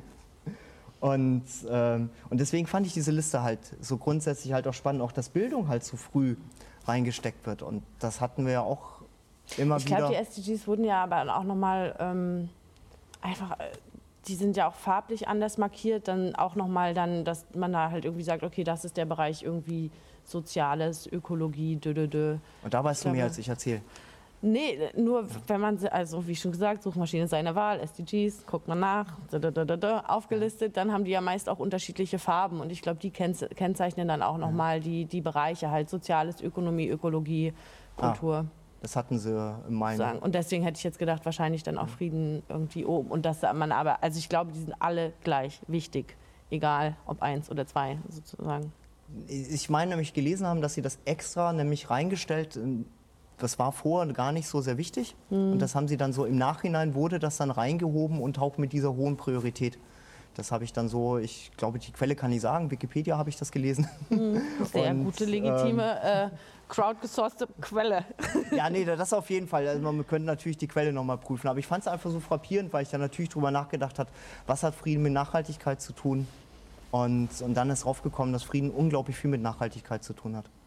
und, ähm, und deswegen fand ich diese Liste halt so grundsätzlich halt auch spannend, auch dass Bildung halt so früh reingesteckt wird. Und das hatten wir ja auch immer Ich wieder. glaube, die S D Gs wurden ja aber auch nochmal ähm, einfach, äh, die sind ja auch farblich anders markiert, dann auch nochmal dann, dass man da halt irgendwie sagt, okay, das ist der Bereich irgendwie Soziales, Ökologie, dö, dö, dö. Und da weißt Ich du mehr, glaube- als ich erzähle. Nee, nur wenn man, sie- also wie schon gesagt, Suchmaschine seiner Wahl, S D Gs, guckt man nach, da, da, da, da, da, aufgelistet, dann haben die ja meist auch unterschiedliche Farben und ich glaube, die kennze- kennzeichnen dann auch nochmal die, die Bereiche halt Soziales, Ökonomie, Ökologie, Kultur. Das hatten sie in meinem. Sagen. Und deswegen hätte ich jetzt gedacht, wahrscheinlich dann auch Frieden irgendwie oben. Und dass man aber, also ich glaube, die sind alle gleich wichtig, egal ob eins oder zwei sozusagen. Ich meine nämlich gelesen haben, dass sie das extra nämlich reingestellt, das war vorher gar nicht so sehr wichtig. Und das haben sie dann so im Nachhinein, wurde das dann reingehoben und auch mit dieser hohen Priorität. Das habe ich dann so, ich glaube, die Quelle kann ich sagen, Wikipedia habe ich das gelesen. Sehr Und, gute, legitime, äh, crowdgesourcete Quelle. Ja, nee, das auf jeden Fall. Also man könnte natürlich die Quelle nochmal prüfen. Aber ich fand es einfach so frappierend, weil ich dann natürlich drüber nachgedacht habe, was hat Frieden mit Nachhaltigkeit zu tun? Und, und dann ist draufgekommen, dass Frieden unglaublich viel mit Nachhaltigkeit zu tun hat.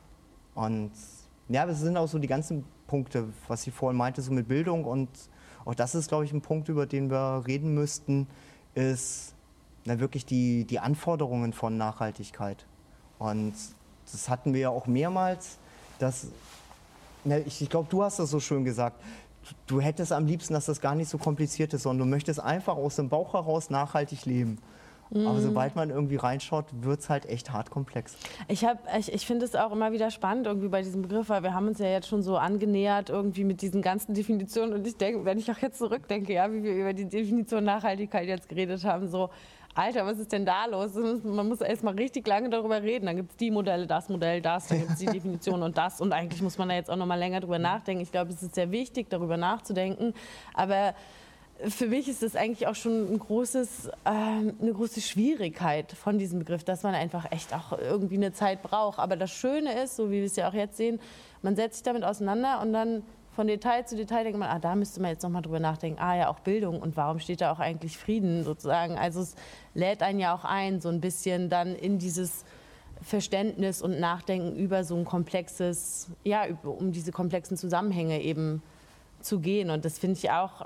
Und ja, das sind auch so die ganzen Punkte, was ich vorhin meinte, so mit Bildung. Und auch das ist, glaube ich, ein Punkt, über den wir reden müssten, ist na, wirklich die, die Anforderungen von Nachhaltigkeit. Und das hatten wir ja auch mehrmals, dass, na, ich, ich glaube, du hast das so schön gesagt, du, du hättest am liebsten, dass das gar nicht so kompliziert ist, sondern du möchtest einfach aus dem Bauch heraus nachhaltig leben. Aber sobald man irgendwie reinschaut, wird es halt echt hart komplex. Ich, hab- ich, ich finde es auch immer wieder spannend irgendwie bei diesem Begriff, weil wir haben uns ja jetzt schon so angenähert irgendwie mit diesen ganzen Definitionen und ich denke, wenn ich auch jetzt zurückdenke, ja, wie wir über die Definition Nachhaltigkeit jetzt geredet haben, so, Alter, was ist denn da los? Man muss erst mal richtig lange darüber reden. Dann gibt es die Modelle, das Modell, das, dann gibt es die Definition und das. Und eigentlich muss man da jetzt auch noch mal länger drüber nachdenken. Ich glaube, es ist sehr wichtig, darüber nachzudenken. Aber für mich ist das eigentlich auch schon ein großes, ähm, eine große Schwierigkeit von diesem Begriff, dass man einfach echt auch irgendwie eine Zeit braucht. Aber das Schöne ist, so wie wir es ja auch jetzt sehen, man setzt sich damit auseinander und dann von Detail zu Detail denkt man, ah, da müsste man jetzt noch mal drüber nachdenken. Ah ja, auch Bildung und warum steht da auch eigentlich Frieden sozusagen. Also es lädt einen ja auch ein, so ein bisschen dann in dieses Verständnis und Nachdenken über so ein komplexes, ja, über, um diese komplexen Zusammenhänge eben zu gehen. Und das finde ich auch,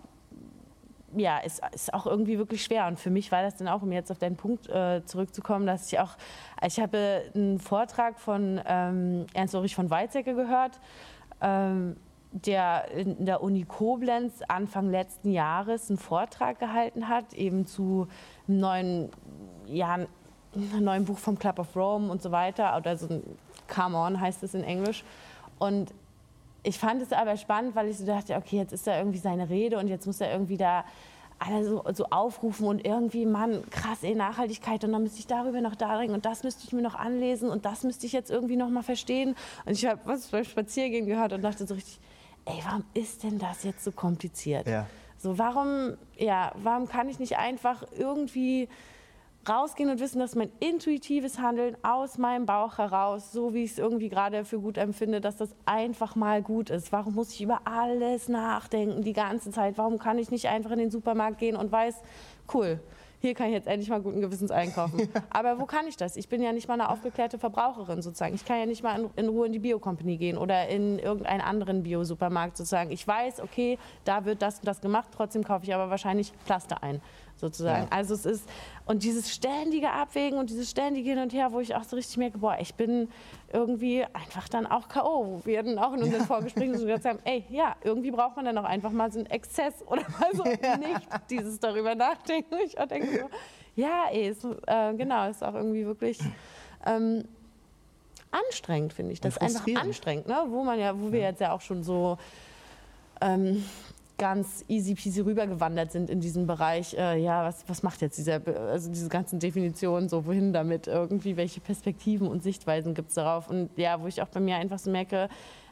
ja, ist, ist auch irgendwie wirklich schwer. Und für mich war das dann auch, um jetzt auf deinen Punkt äh, zurückzukommen, dass ich auch, ich habe einen Vortrag von ähm, Ernst Ulrich von Weizsäcker gehört, ähm, der in der Uni Koblenz Anfang letzten Jahres einen Vortrag gehalten hat, eben zu einem neuen, ja, einem neuen Buch vom Club of Rome und so weiter, oder so ein Come On heißt es in Englisch. Und ich fand es aber spannend, weil ich so dachte, okay, jetzt ist da irgendwie seine Rede und jetzt muss er irgendwie da alle so, so aufrufen und irgendwie, Mann, krass, ey, Nachhaltigkeit und dann müsste ich darüber noch nachdenken und das müsste ich mir noch anlesen und das müsste ich jetzt irgendwie noch mal verstehen. Und ich habe was beim Spaziergehen gehört und dachte so richtig, ey, warum ist denn das jetzt so kompliziert? Ja. So, warum, ja, warum kann ich nicht einfach irgendwie rausgehen und wissen, dass mein intuitives Handeln aus meinem Bauch heraus, so wie ich es irgendwie gerade für gut empfinde, dass das einfach mal gut ist. Warum muss ich über alles nachdenken die ganze Zeit? Warum kann ich nicht einfach in den Supermarkt gehen und weiß, cool, hier kann ich jetzt endlich mal guten Gewissens einkaufen. Aber wo kann ich das? Ich bin ja nicht mal eine aufgeklärte Verbraucherin sozusagen. Ich kann ja nicht mal in, in Ruhe in die Bio-Company gehen oder in irgendeinen anderen Bio-Supermarkt sozusagen. Ich weiß, okay, da wird das und das gemacht, trotzdem kaufe ich aber wahrscheinlich Pflaster ein. Sozusagen. Ja. Also es ist, und dieses ständige Abwägen und dieses ständige Hin und Her, wo ich auch so richtig merke, boah, ich bin irgendwie einfach dann auch K O, wo wir dann auch in unseren ja. Vorgesprächen so gesagt haben, ey, ja, irgendwie braucht man dann auch einfach mal so einen Exzess oder mal so ja. nicht dieses darüber nachdenken. Ich auch denke so, ja, ey, ist, äh, genau, ist auch irgendwie wirklich ähm, anstrengend, finde ich. Das ist einfach anstrengend, ne? Wo man ja, wo wir ja. jetzt ja auch schon so ähm, ganz easy peasy rübergewandert sind in diesen Bereich, äh, ja, was, was macht jetzt dieser, also diese ganzen Definitionen, so wohin damit, irgendwie, welche Perspektiven und Sichtweisen gibt es darauf und ja, wo ich auch bei mir einfach so merke,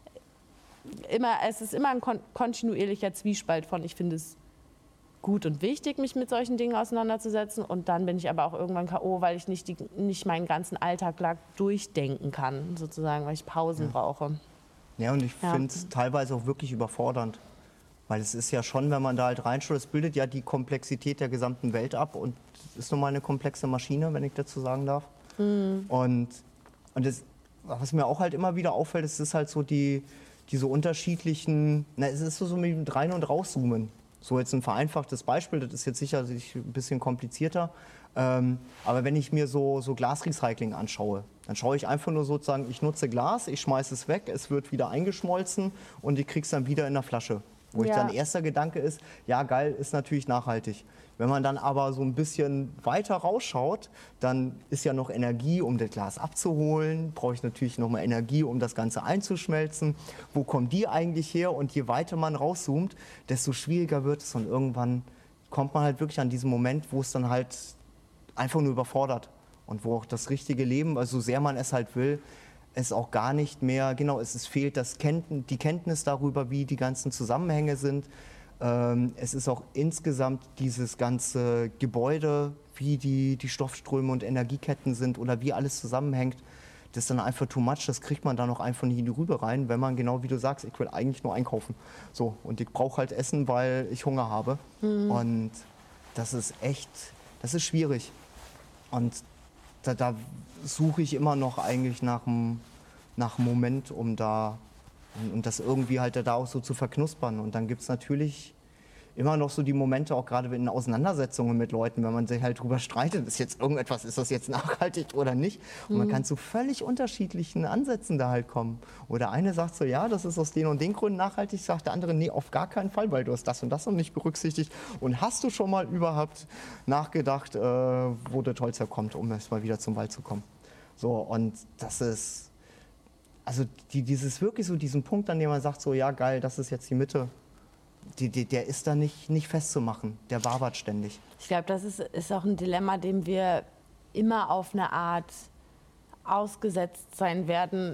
immer, es ist immer ein kon kontinuierlicher Zwiespalt von, ich finde es gut und wichtig, mich mit solchen Dingen auseinanderzusetzen und dann bin ich aber auch irgendwann K O, weil ich nicht, die, nicht meinen ganzen Alltag lang durchdenken kann, sozusagen, weil ich Pausen ja. brauche. Ja, und ich ja. finde es teilweise auch wirklich überfordernd. Weil es ist ja schon, wenn man da halt reinschaut, es bildet ja die Komplexität der gesamten Welt ab und es ist nun mal eine komplexe Maschine, wenn ich dazu sagen darf. Mhm. Und, und das, was mir auch halt immer wieder auffällt, es ist halt so die, diese unterschiedlichen, na, es ist so, so mit rein- und rauszoomen. So jetzt ein vereinfachtes Beispiel, das ist jetzt sicherlich ein bisschen komplizierter. Ähm, aber wenn ich mir so, so Glasrecycling anschaue, dann schaue ich einfach nur sozusagen, ich nutze Glas, ich schmeiße es weg, es wird wieder eingeschmolzen und ich kriege es dann wieder in der Flasche. Wo ja. ich dann erster Gedanke ist, ja geil, ist natürlich nachhaltig. Wenn man dann aber so ein bisschen weiter rausschaut, dann ist ja noch Energie, um das Glas abzuholen, brauche ich natürlich noch mal Energie, um das Ganze einzuschmelzen. Wo kommen die eigentlich her? Und je weiter man rauszoomt, desto schwieriger wird es und irgendwann kommt man halt wirklich an diesen Moment, wo es dann halt einfach nur überfordert und wo auch das richtige Leben, also so sehr man es halt will, es auch gar nicht mehr, genau, es ist, fehlt das Kenntnis, die Kenntnis darüber, wie die ganzen Zusammenhänge sind. Ähm, es ist auch insgesamt dieses ganze Gebäude, wie die, die Stoffströme und Energieketten sind oder wie alles zusammenhängt. Das ist dann einfach too much, das kriegt man dann auch einfach nicht in die Rübe rein, wenn man genau wie du sagst, ich will eigentlich nur einkaufen. So, und ich brauche halt Essen, weil ich Hunger habe. Mhm. Und das ist echt, das ist schwierig. Und da, da suche ich immer noch eigentlich nach einem nach einem Moment, um da und, und das irgendwie halt da auch so zu verknuspern. Und dann gibt es natürlich immer noch so die Momente, auch gerade in Auseinandersetzungen mit Leuten, wenn man sich halt drüber streitet, ist jetzt irgendetwas, ist das jetzt nachhaltig oder nicht? Und man kann zu völlig unterschiedlichen Ansätzen da halt kommen. Oder eine sagt so, ja, das ist aus den und den Gründen nachhaltig, sagt der andere, nee, auf gar keinen Fall, weil du hast das und das noch nicht berücksichtigt. Und hast du schon mal überhaupt nachgedacht, äh, wo das Holz herkommt, um erst mal wieder zum Wald zu kommen? So, und das ist, also die, dieses wirklich so diesen Punkt, an dem man sagt, so, ja, geil, das ist jetzt die Mitte. Die, die, der ist da nicht, nicht festzumachen, der wabert ständig. Ich glaube, das ist, ist auch ein Dilemma, dem wir immer auf eine Art ausgesetzt sein werden.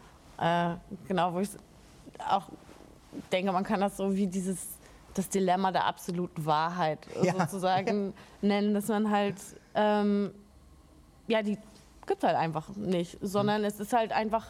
Äh, genau, wo ich auch denke, man kann das so wie dieses, das Dilemma der absoluten Wahrheit ja. sozusagen ja. nennen, dass man halt, ähm, ja, die gibt es halt einfach nicht, sondern mhm. es ist halt einfach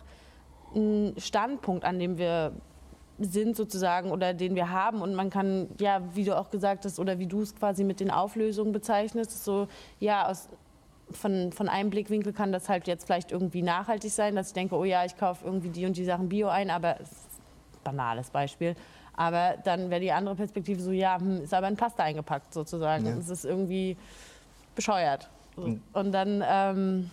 ein Standpunkt, an dem wir sind sozusagen oder den wir haben und man kann, ja, wie du auch gesagt hast oder wie du es quasi mit den Auflösungen bezeichnest, so, ja, aus, von, von einem Blickwinkel kann das halt jetzt vielleicht irgendwie nachhaltig sein, dass ich denke, oh ja, ich kaufe irgendwie die und die Sachen Bio ein, aber, das ist ein banales Beispiel, aber dann wäre die andere Perspektive so, ja, hm, ist aber in Pasta eingepackt sozusagen, es ja. ist irgendwie bescheuert. Mhm. Und dann, ähm,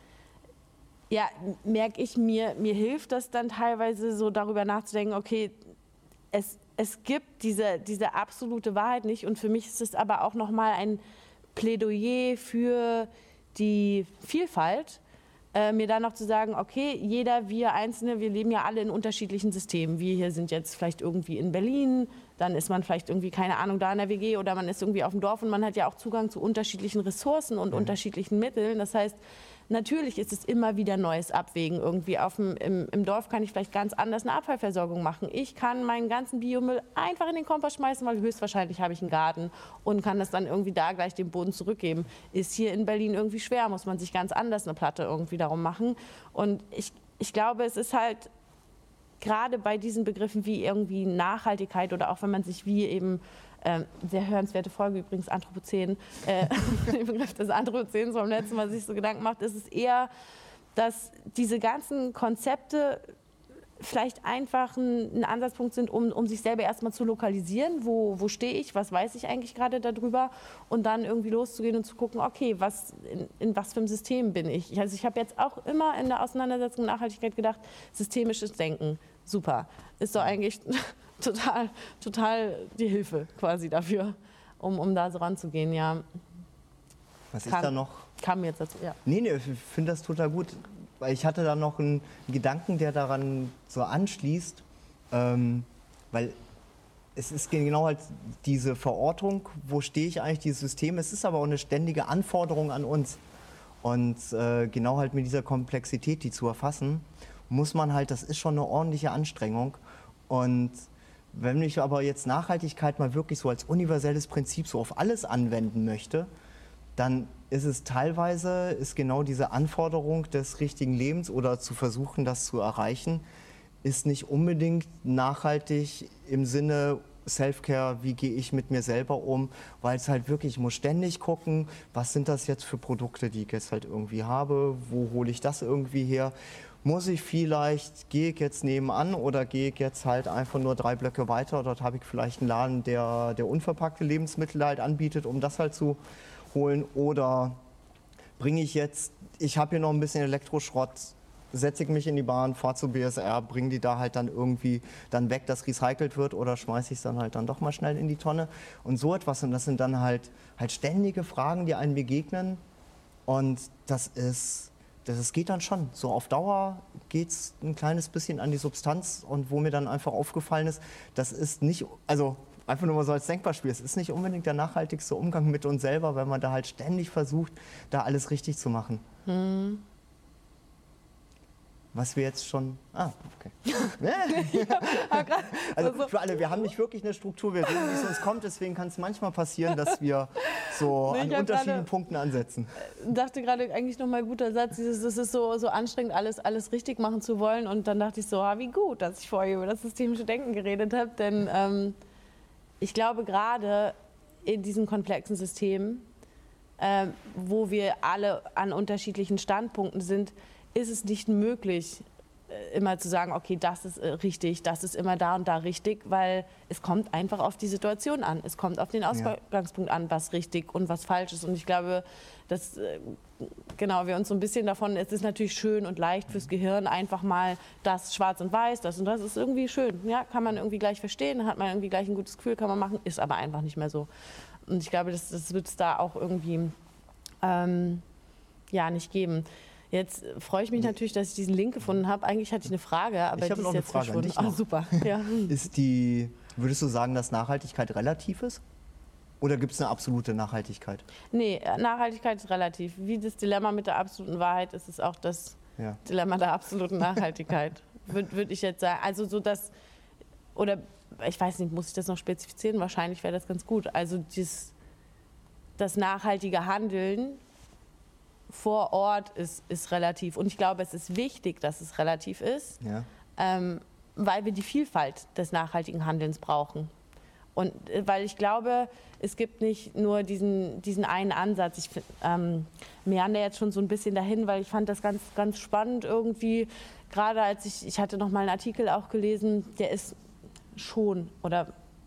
ja, merke ich, mir, mir hilft das dann teilweise so darüber nachzudenken, okay, es, es gibt diese, diese absolute Wahrheit nicht und für mich ist es aber auch nochmal ein Plädoyer für die Vielfalt, äh, mir dann noch zu sagen, okay, jeder, wir Einzelne, wir leben ja alle in unterschiedlichen Systemen. Wir hier sind jetzt vielleicht irgendwie in Berlin, dann ist man vielleicht irgendwie, keine Ahnung, da in der W G oder man ist irgendwie auf dem Dorf und man hat ja auch Zugang zu unterschiedlichen Ressourcen und mhm. unterschiedlichen Mitteln. Das heißt, natürlich ist es immer wieder neues Abwägen irgendwie. Auf dem, im, Im Dorf kann ich vielleicht ganz anders eine Abfallversorgung machen. Ich kann meinen ganzen Biomüll einfach in den Kompost schmeißen, weil höchstwahrscheinlich habe ich einen Garten und kann das dann irgendwie da gleich dem Boden zurückgeben. Ist hier in Berlin irgendwie schwer, muss man sich ganz anders eine Platte irgendwie darum machen. Und ich, ich glaube, es ist halt gerade bei diesen Begriffen wie irgendwie Nachhaltigkeit oder auch wenn man sich wie eben Ähm, sehr hörenswerte Folge übrigens, Anthropozän, äh, den Begriff des Anthropozäns vom letzten Mal sich so Gedanken macht, ist es eher, dass diese ganzen Konzepte vielleicht einfach ein, ein Ansatzpunkt sind, um, um sich selber erstmal zu lokalisieren, wo, wo stehe ich, was weiß ich eigentlich gerade darüber und dann irgendwie loszugehen und zu gucken, okay, was, in, in was für einem System bin ich. Also ich habe jetzt auch immer in der Auseinandersetzung mit Nachhaltigkeit gedacht, systemisches Denken, super, ist doch eigentlich total, total die Hilfe quasi dafür, um, um da so ranzugehen, ja. Was Kann, ist da noch? Kam mir jetzt dazu, ja. Nee, nee, ich finde das total gut. Weil ich hatte da noch einen Gedanken, der daran so anschließt. Ähm, weil es ist genau halt diese Verortung, wo stehe ich eigentlich, dieses System. Es ist aber auch eine ständige Anforderung an uns. Und äh, genau halt mit dieser Komplexität, die zu erfassen, muss man halt, das ist schon eine ordentliche Anstrengung. Und wenn ich aber jetzt Nachhaltigkeit mal wirklich so als universelles Prinzip so auf alles anwenden möchte, dann ist es teilweise, ist genau diese Anforderung des richtigen Lebens oder zu versuchen, das zu erreichen, ist nicht unbedingt nachhaltig im Sinne Self-Care, wie gehe ich mit mir selber um, weil es halt wirklich, ich muss ständig gucken, was sind das jetzt für Produkte, die ich jetzt halt irgendwie habe, wo hole ich das irgendwie her, muss ich vielleicht, gehe ich jetzt nebenan oder gehe ich jetzt halt einfach nur drei Blöcke weiter, dort habe ich vielleicht einen Laden, der, der unverpackte Lebensmittel halt anbietet, um das halt zu holen, oder bringe ich jetzt, ich habe hier noch ein bisschen Elektroschrott, setze ich mich in die Bahn, fahre zu B S R, bringe die da halt dann irgendwie dann weg, dass recycelt wird, oder schmeiße ich es dann halt dann doch mal schnell in die Tonne und so etwas. Und das sind dann halt, halt ständige Fragen, die einem begegnen, und das ist, das, das geht dann schon. So auf Dauer geht es ein kleines bisschen an die Substanz, und wo mir dann einfach aufgefallen ist, das ist nicht, also einfach nur mal so als Denkbeispiel, es ist nicht unbedingt der nachhaltigste Umgang mit uns selber, wenn man da halt ständig versucht, da alles richtig zu machen. Hm. Was wir jetzt schon. Ah, okay. Also für alle, wir haben nicht wirklich eine Struktur, wir sehen, wie es uns kommt, deswegen kann es manchmal passieren, dass wir so nee, an unterschiedlichen Punkten ansetzen. Ich dachte gerade, eigentlich nochmal guter Satz, dieses, es ist so, so anstrengend, alles, alles richtig machen zu wollen, und dann dachte ich so, ah, wie gut, dass ich vorher über das systemische Denken geredet habe, denn ähm, ich glaube, gerade in diesen komplexen Systemen, äh, wo wir alle an unterschiedlichen Standpunkten sind, ist es nicht möglich, immer zu sagen, okay, das ist richtig, das ist immer da und da richtig, weil es kommt einfach auf die Situation an. Es kommt auf den Ausgangspunkt an, was richtig und was falsch ist. Und ich glaube, dass genau, wir uns so ein bisschen davon, es ist natürlich schön und leicht fürs Gehirn, einfach mal das schwarz und weiß, das und das ist irgendwie schön. Ja, kann man irgendwie gleich verstehen, hat man irgendwie gleich ein gutes Gefühl, kann man machen, ist aber einfach nicht mehr so. Und ich glaube, das, das wird es da auch irgendwie ähm, ja, nicht geben. Jetzt freue ich mich natürlich, dass ich diesen Link gefunden habe. Eigentlich hatte ich eine Frage, aber ich die ist noch jetzt eine Frage verschwunden. an dich noch. Ah, super. Ja. Ist die, würdest du sagen, dass Nachhaltigkeit relativ ist? Oder gibt es eine absolute Nachhaltigkeit? Nee, Nachhaltigkeit ist relativ. Wie das Dilemma mit der absoluten Wahrheit ist es auch das ja. Dilemma der absoluten Nachhaltigkeit. Würde würd ich jetzt sagen. Also so das, oder ich weiß nicht, muss ich das noch spezifizieren? Wahrscheinlich wäre das ganz gut. Also dies, das nachhaltige Handeln vor Ort ist, ist relativ. Und ich glaube, es ist wichtig, dass es relativ ist, ja. ähm, weil wir die Vielfalt des nachhaltigen Handelns brauchen. Und äh, weil ich glaube, es gibt nicht nur diesen, diesen einen Ansatz. Ich ähm, meander jetzt schon so ein bisschen dahin, weil ich fand das ganz, ganz spannend irgendwie. Gerade als ich, ich hatte noch mal einen Artikel auch gelesen, der ist schon, oder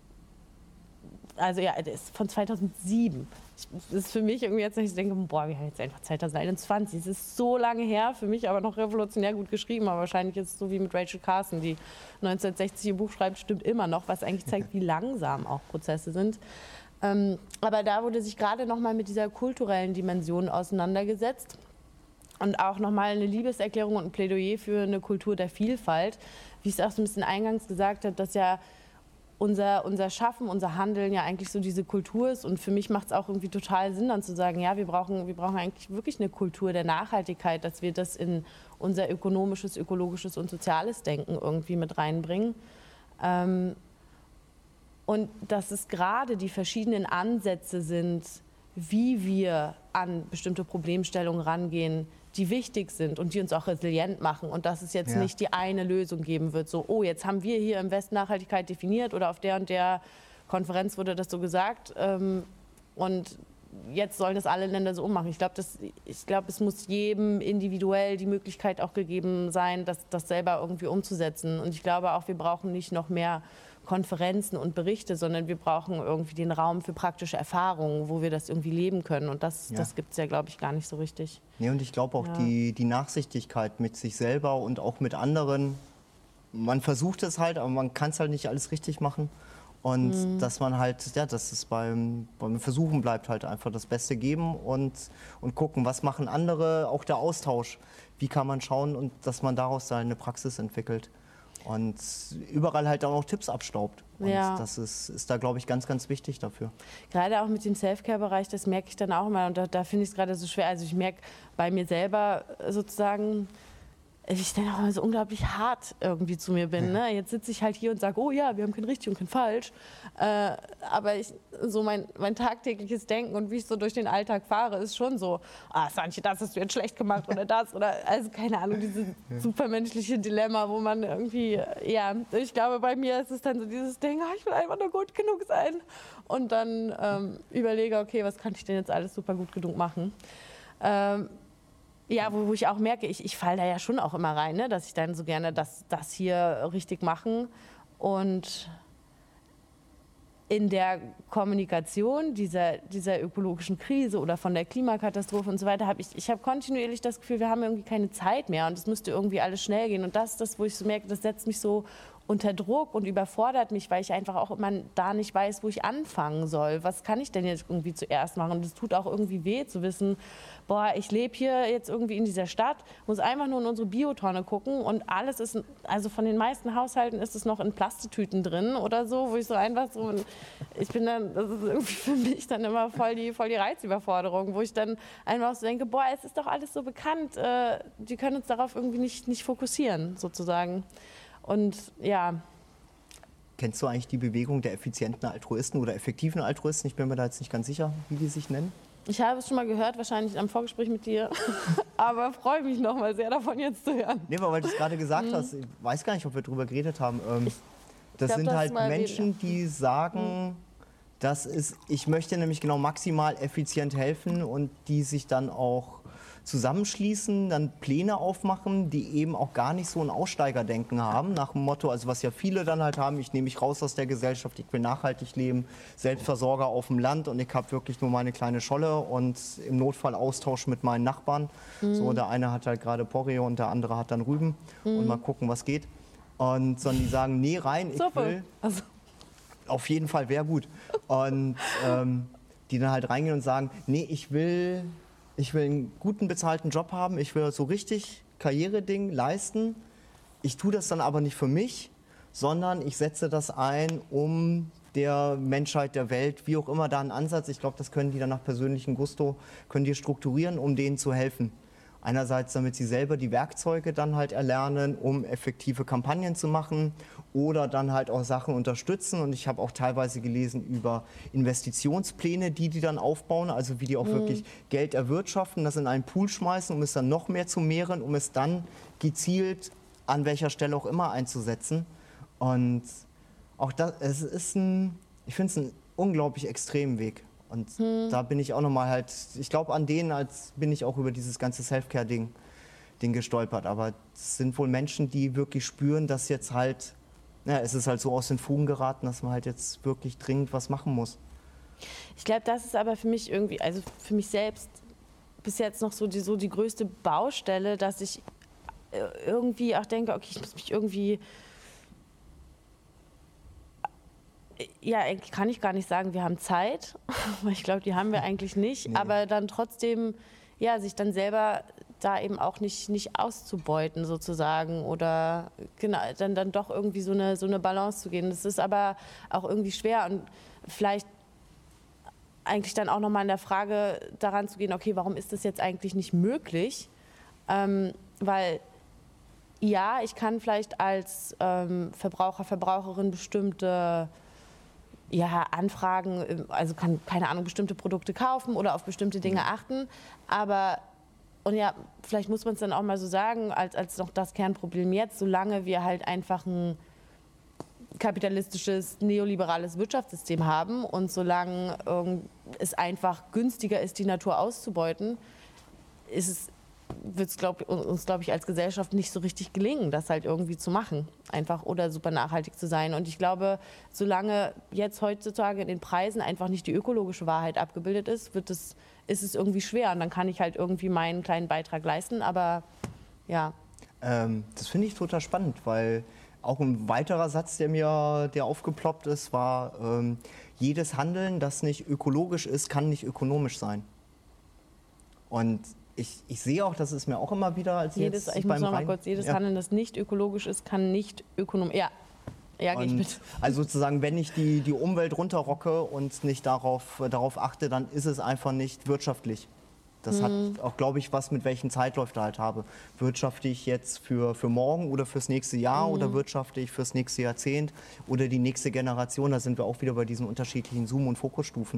also ja, der ist von zweitausendsieben. Das ist für mich irgendwie jetzt nicht, ich denke, boah, wir haben jetzt einfach zweitausendeinundzwanzig. Es ist so lange her, für mich aber noch revolutionär gut geschrieben. Aber wahrscheinlich ist es so wie mit Rachel Carson, die neunzehnhundertsechzig ihr Buch schreibt, stimmt immer noch, was eigentlich zeigt, wie langsam auch Prozesse sind. Ähm, aber da wurde sich gerade noch mal mit dieser kulturellen Dimension auseinandergesetzt und auch noch mal eine Liebeserklärung und ein Plädoyer für eine Kultur der Vielfalt. Wie ich es auch so ein bisschen eingangs gesagt habe, dass ja Unser, unser Schaffen, unser Handeln ja eigentlich so diese Kultur ist. Und für mich macht es auch irgendwie total Sinn, dann zu sagen, ja, wir brauchen, wir brauchen eigentlich wirklich eine Kultur der Nachhaltigkeit, dass wir das in unser ökonomisches, ökologisches und soziales Denken irgendwie mit reinbringen. Ähm, und dass es gerade die verschiedenen Ansätze sind, wie wir an bestimmte Problemstellungen rangehen, die wichtig sind und die uns auch resilient machen, und dass es jetzt ja. nicht die eine Lösung geben wird, so, oh, jetzt haben wir hier im Westen Nachhaltigkeit definiert oder auf der und der Konferenz wurde das so gesagt ähm, und jetzt sollen das alle Länder so ummachen. Ich glaube, ich glaube, es muss jedem individuell die Möglichkeit auch gegeben sein, das, das selber irgendwie umzusetzen, und ich glaube auch, wir brauchen nicht noch mehr Konferenzen und Berichte, sondern wir brauchen irgendwie den Raum für praktische Erfahrungen, wo wir das irgendwie leben können. Und das, ja. das gibt es ja, glaube ich, gar nicht so richtig. Nee, und ich glaube auch ja. die, die Nachsichtigkeit mit sich selber und auch mit anderen. Man versucht es halt, aber man kann es halt nicht alles richtig machen. Und mhm. dass man halt, ja, dass es beim, beim Versuchen bleibt, halt einfach das Beste geben und, und gucken, was machen andere, auch der Austausch. Wie kann man schauen, und dass man daraus dann eine Praxis entwickelt. und überall halt auch noch Tipps abstaubt. Und Ja. das ist, ist da, glaube ich, ganz, ganz wichtig dafür. Gerade auch mit dem Self-Care-Bereich, das merke ich dann auch immer. Und da, da finde ich es gerade so schwer. Also ich merke bei mir selber sozusagen, ich dann auch immer so unglaublich hart irgendwie zu mir bin. Ne? Jetzt sitze ich halt hier und sage, oh ja, wir haben kein richtig und kein falsch. Äh, aber ich, so mein, mein tagtägliches Denken und wie ich so durch den Alltag fahre, ist schon so, ah, Sanche, das hast du jetzt schlecht gemacht oder das. Oder also keine Ahnung, dieses supermenschliche Dilemma, wo man irgendwie, ja, ich glaube, bei mir ist es dann so dieses Ding, ah, ich will einfach nur gut genug sein. Und dann ähm, überlege, okay, was kann ich denn jetzt alles super gut genug machen? Ähm, Ja, wo, wo ich auch merke, ich, ich falle da ja schon auch immer rein, ne? Dass ich dann so gerne das, das hier richtig machen. Und in der Kommunikation dieser, dieser ökologischen Krise oder von der Klimakatastrophe und so weiter, habe ich, ich habe kontinuierlich das Gefühl, wir haben irgendwie keine Zeit mehr und es müsste irgendwie alles schnell gehen. Und das ist das, wo ich so merke, das setzt mich so unter Druck und überfordert mich, weil ich einfach auch immer da nicht weiß, wo ich anfangen soll. Was kann ich denn jetzt irgendwie zuerst machen? Und es tut auch irgendwie weh zu wissen, boah, ich lebe hier jetzt irgendwie in dieser Stadt, muss einfach nur in unsere Biotonne gucken und alles ist, also von den meisten Haushalten ist es noch in Plastetüten drin oder so, wo ich so einfach so, ich bin dann, das ist irgendwie für mich dann immer voll die, voll die Reizüberforderung, wo ich dann einfach so denke, boah, es ist doch alles so bekannt, äh, die können uns darauf irgendwie nicht, nicht fokussieren, sozusagen. Und ja. Kennst du eigentlich die Bewegung der effizienten Altruisten oder effektiven Altruisten? Ich bin mir da jetzt nicht ganz sicher, wie die sich nennen. Ich habe es schon mal gehört, wahrscheinlich am Vorgespräch mit dir, aber freue mich noch mal sehr davon jetzt zu hören. Nee, weil du es gerade gesagt hast, ich weiß gar nicht, ob wir darüber geredet haben. Ähm, das glaub, sind du hast halt mal Menschen, erwähnt, ja. die sagen, das ist, ich möchte nämlich genau maximal effizient helfen und die sich dann auch zusammenschließen, dann Pläne aufmachen, die eben auch gar nicht so ein Aussteigerdenken haben, nach dem Motto, also was ja viele dann halt haben, ich nehme mich raus aus der Gesellschaft, ich will nachhaltig leben, Selbstversorger auf dem Land und ich habe wirklich nur meine kleine Scholle und im Notfall Austausch mit meinen Nachbarn. Mhm. So, der eine hat halt gerade Porree und der andere hat dann Rüben mhm. und mal gucken, was geht. Und sondern die sagen, nee, rein, ich Super. will, Also. auf jeden Fall wäre gut. Und ähm, die dann halt reingehen und sagen, nee, ich will... Ich will einen guten bezahlten Job haben, ich will so richtig Karriereding leisten. Ich tue das dann aber nicht für mich, sondern ich setze das ein, um der Menschheit, der Welt, wie auch immer da einen Ansatz, ich glaube, das können die dann nach persönlichem Gusto, können die strukturieren, um denen zu helfen. Einerseits, damit sie selber die Werkzeuge dann halt erlernen, um effektive Kampagnen zu machen oder dann halt auch Sachen unterstützen. Und ich habe auch teilweise gelesen über Investitionspläne, die die dann aufbauen, also wie die auch mhm. wirklich Geld erwirtschaften, das in einen Pool schmeißen, um es dann noch mehr zu mehren, um es dann gezielt an welcher Stelle auch immer einzusetzen. Und auch das, es ist ein, ich finde es ein unglaublich extremen Weg. Und hm. da bin ich auch nochmal halt, ich glaube an denen als bin ich auch über dieses ganze Self-Care-Ding Ding gestolpert. Aber es sind wohl Menschen, die wirklich spüren, dass jetzt halt, ja, es ist halt so aus den Fugen geraten, dass man halt jetzt wirklich dringend was machen muss. Ich glaube, das ist aber für mich irgendwie, also für mich selbst bis jetzt noch so die, so die größte Baustelle, dass ich irgendwie auch denke, okay, ich muss mich irgendwie... Ja, eigentlich kann ich gar nicht sagen, wir haben Zeit, weil ich glaube, die haben wir eigentlich nicht, nee. Aber dann trotzdem, ja, sich dann selber da eben auch nicht, nicht auszubeuten sozusagen oder genau, dann, dann doch irgendwie so eine, so eine Balance zu gehen. Das ist aber auch irgendwie schwer und vielleicht eigentlich dann auch nochmal in der Frage daran zu gehen, okay, warum ist das jetzt eigentlich nicht möglich? Ähm, weil ja, ich kann vielleicht als ähm, Verbraucher, Verbraucherin bestimmte ja, Anfragen, also kann, keine Ahnung, bestimmte Produkte kaufen oder auf bestimmte Dinge mhm. achten. Aber, und ja, vielleicht muss man es dann auch mal so sagen, als, als noch das Kernproblem jetzt, solange wir halt einfach ein kapitalistisches, neoliberales Wirtschaftssystem haben und solange ähm, es einfach günstiger ist, die Natur auszubeuten, ist es wird es glaub, uns, glaube ich, als Gesellschaft nicht so richtig gelingen, das halt irgendwie zu machen, einfach oder super nachhaltig zu sein. Und ich glaube, solange jetzt heutzutage in den Preisen einfach nicht die ökologische Wahrheit abgebildet ist, wird es, ist es irgendwie schwer. Und dann kann ich halt irgendwie meinen kleinen Beitrag leisten, aber ja. Ähm, das finde ich total spannend, weil auch ein weiterer Satz, der mir der aufgeploppt ist, war, ähm, jedes Handeln, das nicht ökologisch ist, kann nicht ökonomisch sein. Und ich, ich sehe auch, das ist mir auch immer wieder als jedes, jetzt ich muss beim noch mal Rein- kurz, jedes ja. Handeln, das nicht ökologisch ist, kann nicht ökonomisch. Ja, ja, gehe ich Und mit. also sozusagen, wenn ich die, die Umwelt runterrocke und nicht darauf, darauf achte, dann ist es einfach nicht wirtschaftlich. Das hat auch, glaube ich, was mit welchen Zeitläufen ich halt habe. Wirtschafte ich jetzt für, für morgen oder fürs nächste Jahr oder wirtschafte ich fürs nächste Jahrzehnt oder die nächste Generation? Da sind wir auch wieder bei diesen unterschiedlichen Zoom- und Fokusstufen.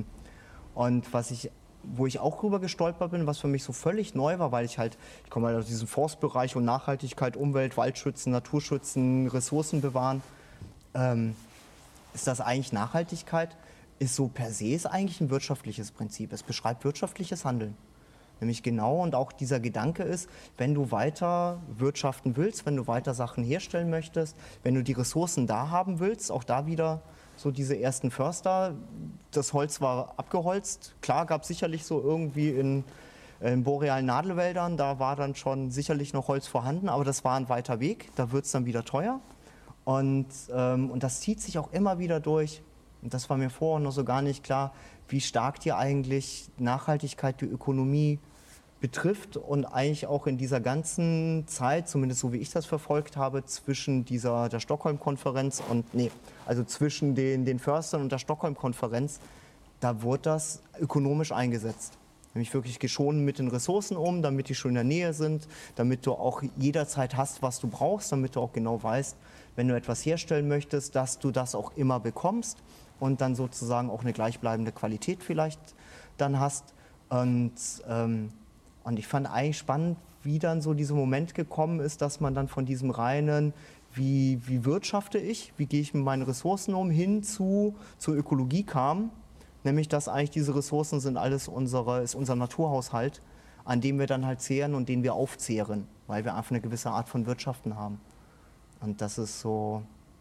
Und was ich, wo ich auch rüber gestolpert bin, was für mich so völlig neu war, weil ich halt, ich komme halt aus diesem Forstbereich und Nachhaltigkeit, Umwelt, Waldschützen, Naturschützen, Ressourcen bewahren, ähm, ist das eigentlich Nachhaltigkeit? Ist so per se ist eigentlich ein wirtschaftliches Prinzip. Es beschreibt wirtschaftliches Handeln. Nämlich genau, und auch dieser Gedanke ist, wenn du weiter wirtschaften willst, wenn du weiter Sachen herstellen möchtest, wenn du die Ressourcen da haben willst, auch da wieder so diese ersten Förster, das Holz war abgeholzt. Klar, gab es sicherlich so irgendwie in, in borealen Nadelwäldern, da war dann schon sicherlich noch Holz vorhanden, aber das war ein weiter Weg, da wird es dann wieder teuer. Und, ähm, und das zieht sich auch immer wieder durch. Und das war mir vorher noch so gar nicht klar, wie stark die eigentlich Nachhaltigkeit die Ökonomie betrifft und eigentlich auch in dieser ganzen Zeit, zumindest so wie ich das verfolgt habe, zwischen dieser, der Stockholm-Konferenz und, nee, also zwischen den, den Förstern und der Stockholm-Konferenz, da wurde das ökonomisch eingesetzt. Nämlich wirklich geschonen mit den Ressourcen um, damit die schon in der Nähe sind, damit du auch jederzeit hast, was du brauchst, damit du auch genau weißt, wenn du etwas herstellen möchtest, dass du das auch immer bekommst und dann sozusagen auch eine gleichbleibende Qualität vielleicht dann hast. Und, ähm, und ich fand eigentlich spannend, wie dann so dieser Moment gekommen ist, dass man dann von diesem reinen, wie, wie wirtschafte ich, wie gehe ich mit meinen Ressourcen um, hin zu zur Ökologie kam. Nämlich, dass eigentlich diese Ressourcen sind alles unsere, ist unser Naturhaushalt, an dem wir dann halt zehren und den wir aufzehren, weil wir einfach eine gewisse Art von Wirtschaften haben. Und das ist so,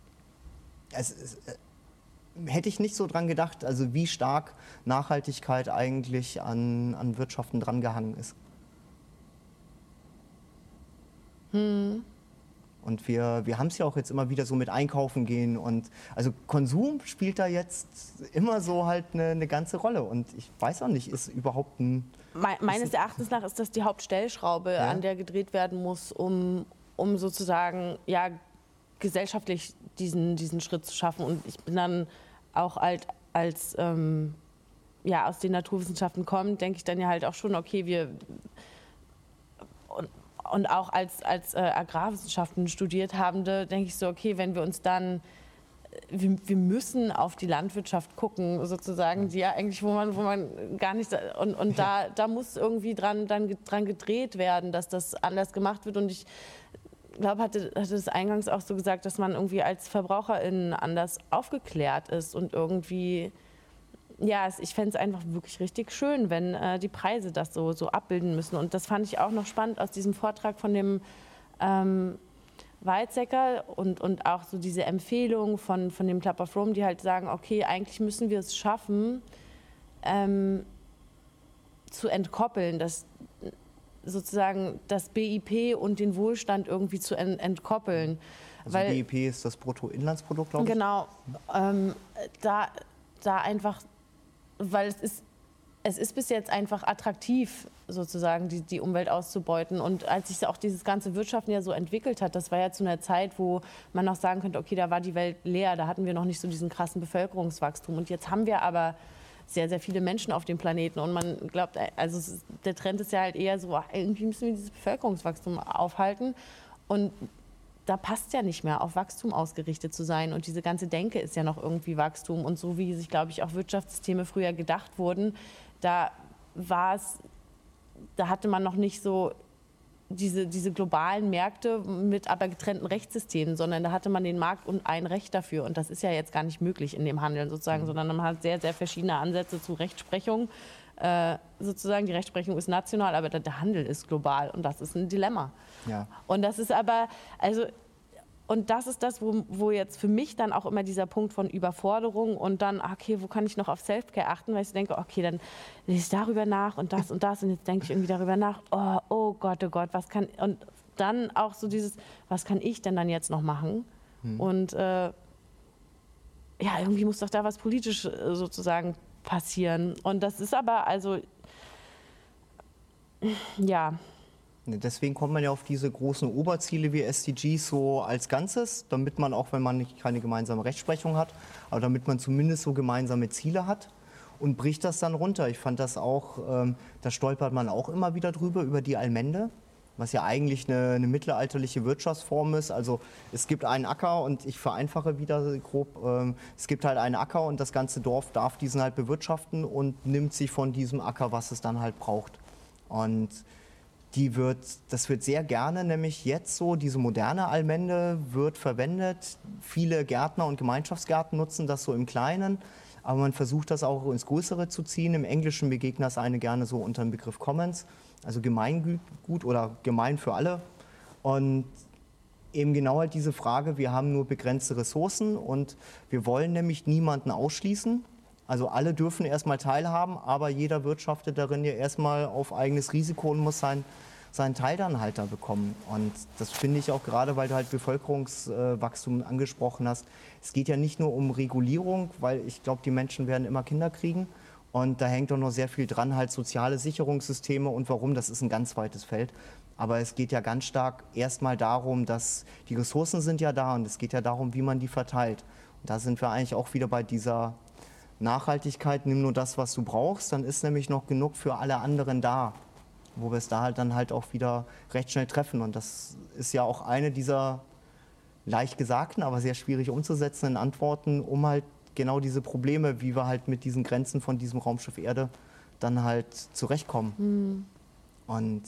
es ist, hätte ich nicht so dran gedacht, also wie stark Nachhaltigkeit eigentlich an, an Wirtschaften drangehangen ist. Hm. Und wir, wir haben es ja auch jetzt immer wieder so mit Einkaufen gehen und also Konsum spielt da jetzt immer so halt eine, eine ganze Rolle und ich weiß auch nicht, ist überhaupt ein... Me meines Erachtens nach ist das die Hauptstellschraube, Ja. an der gedreht werden muss, um, um sozusagen ja, gesellschaftlich diesen, diesen Schritt zu schaffen. Und ich bin dann auch halt als ähm, ja, aus den Naturwissenschaften kommt, denke ich dann ja halt auch schon, okay, wir und, und auch als, als äh, Agrarwissenschaften studiert Habende, denke ich so, okay, wenn wir uns dann Wir, wir müssen auf die Landwirtschaft gucken, sozusagen, die ja eigentlich, wo man, wo man gar nicht, und, und da, da muss irgendwie dran, dann, dran gedreht werden, dass das anders gemacht wird. Und ich glaube, hatte, hatte es eingangs auch so gesagt, dass man irgendwie als VerbraucherInnen anders aufgeklärt ist und irgendwie, ja, es, ich fände es einfach wirklich richtig schön, wenn äh, die Preise das so, so abbilden müssen. Und das fand ich auch noch spannend aus diesem Vortrag von dem ähm, Weizsäcker und, und auch so diese Empfehlung von, von dem Club of Rome, die halt sagen, okay, eigentlich müssen wir es schaffen, ähm, zu entkoppeln, dass sozusagen das B I P und den Wohlstand irgendwie zu ent entkoppeln. Also Weil, B I P ist das Bruttoinlandsprodukt, glaube ich. Genau, ähm, da, da einfach, weil es ist, es ist bis jetzt einfach attraktiv, sozusagen die, die Umwelt auszubeuten. Und als sich auch dieses ganze Wirtschaften ja so entwickelt hat, das war ja zu einer Zeit, wo man noch sagen könnte, okay, da war die Welt leer, da hatten wir noch nicht so diesen krassen Bevölkerungswachstum. Und jetzt haben wir aber sehr, sehr viele Menschen auf dem Planeten. Und man glaubt, also es ist, der Trend ist ja halt eher so, ach, irgendwie müssen wir dieses Bevölkerungswachstum aufhalten. Und da passt ja nicht mehr, auf Wachstum ausgerichtet zu sein. Und diese ganze Denke ist ja noch irgendwie Wachstum. Und so wie sich, glaube ich, auch Wirtschaftssysteme früher gedacht wurden, da war es, da hatte man noch nicht so diese, diese globalen Märkte mit aber getrennten Rechtssystemen, sondern da hatte man den Markt und ein Recht dafür. Und das ist ja jetzt gar nicht möglich in dem Handeln sozusagen, mhm. sondern man hat sehr, sehr verschiedene Ansätze zu Rechtsprechung. Äh, sozusagen, die Rechtsprechung ist national, aber der, der Handel ist global und das ist ein Dilemma. Ja. Und das ist aber, also Und das ist das, wo, wo jetzt für mich dann auch immer dieser Punkt von Überforderung und dann, okay, wo kann ich noch auf Selfcare achten, weil ich denke, okay, dann lese ich darüber nach und das und das und jetzt denke ich irgendwie darüber nach, oh, oh Gott, oh Gott, was kann, und dann auch so dieses, was kann ich denn dann jetzt noch machen? Hm. Und äh, ja, irgendwie muss doch da was politisch sozusagen passieren. Und das ist aber, also Ja, Deswegen kommt man ja auf diese großen Oberziele wie S D Gs so als Ganzes, damit man auch, wenn man nicht keine gemeinsame Rechtsprechung hat, aber damit man zumindest so gemeinsame Ziele hat und bricht das dann runter. Ich fand das auch, ähm, da stolpert man auch immer wieder drüber, über die Allmende, was ja eigentlich eine, eine mittelalterliche Wirtschaftsform ist. Also es gibt einen Acker und ich vereinfache wieder grob, ähm, es gibt halt einen Acker und das ganze Dorf darf diesen halt bewirtschaften und nimmt sich von diesem Acker, was es dann halt braucht. Und die wird, das wird sehr gerne, nämlich jetzt so, diese moderne Allmende wird verwendet. Viele Gärtner und Gemeinschaftsgärten nutzen das so im Kleinen, aber man versucht das auch ins Größere zu ziehen. Im Englischen begegnet das eine gerne so unter dem Begriff Commons, also Gemeingut oder gemein für alle. Und eben genau halt diese Frage, wir haben nur begrenzte Ressourcen und wir wollen nämlich niemanden ausschließen. Also alle dürfen erstmal teilhaben, aber jeder wirtschaftet darin ja erstmal auf eigenes Risiko und muss sein, seinen Teil dann halt da bekommen. Und das finde ich auch gerade, weil du halt Bevölkerungswachstum angesprochen hast. Es geht ja nicht nur um Regulierung, weil ich glaube, die Menschen werden immer Kinder kriegen. Und da hängt doch noch sehr viel dran, halt soziale Sicherungssysteme und warum, das ist ein ganz weites Feld. Aber es geht ja ganz stark erstmal darum, dass die Ressourcen sind ja da und es geht ja darum, wie man die verteilt. Und da sind wir eigentlich auch wieder bei dieser Nachhaltigkeit, nimm nur das, was du brauchst, dann ist nämlich noch genug für alle anderen da, wo wir es da halt dann halt auch wieder recht schnell treffen. Und das ist ja auch eine dieser leicht gesagten, aber sehr schwierig umzusetzenden Antworten, um halt genau diese Probleme, wie wir halt mit diesen Grenzen von diesem Raumschiff Erde dann halt zurechtkommen. Mhm. Und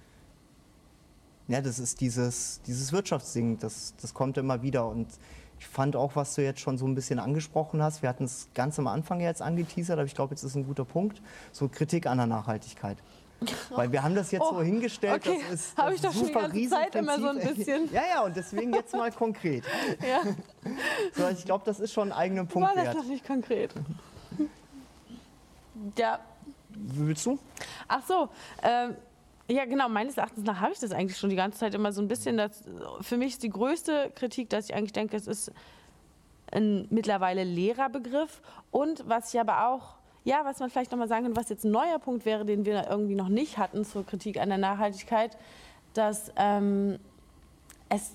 ja, das ist dieses, dieses Wirtschaftsding, das, das kommt immer wieder. Und ich fand auch, was du jetzt schon so ein bisschen angesprochen hast, wir hatten es ganz am Anfang jetzt angeteasert, aber ich glaube, jetzt ist ein guter Punkt, so Kritik an der Nachhaltigkeit. Weil wir haben das jetzt oh, so hingestellt, okay. das ist Habe ich doch schon die ganze Zeit immer so ein bisschen. Ja, ja, und deswegen jetzt mal konkret. Ja. So, ich glaube, das ist schon einen eigenen Punkt War das wert. noch nicht konkret? Ja. Willst du? Ach so, ähm, ja genau, meines Erachtens nach habe ich das eigentlich schon die ganze Zeit immer so ein bisschen. Das, für mich ist die größte Kritik, dass ich eigentlich denke, es ist ein mittlerweile leerer Begriff. Und was ich aber auch, ja, was man vielleicht nochmal sagen kann, was jetzt ein neuer Punkt wäre, den wir irgendwie noch nicht hatten zur Kritik an der Nachhaltigkeit, dass ähm, es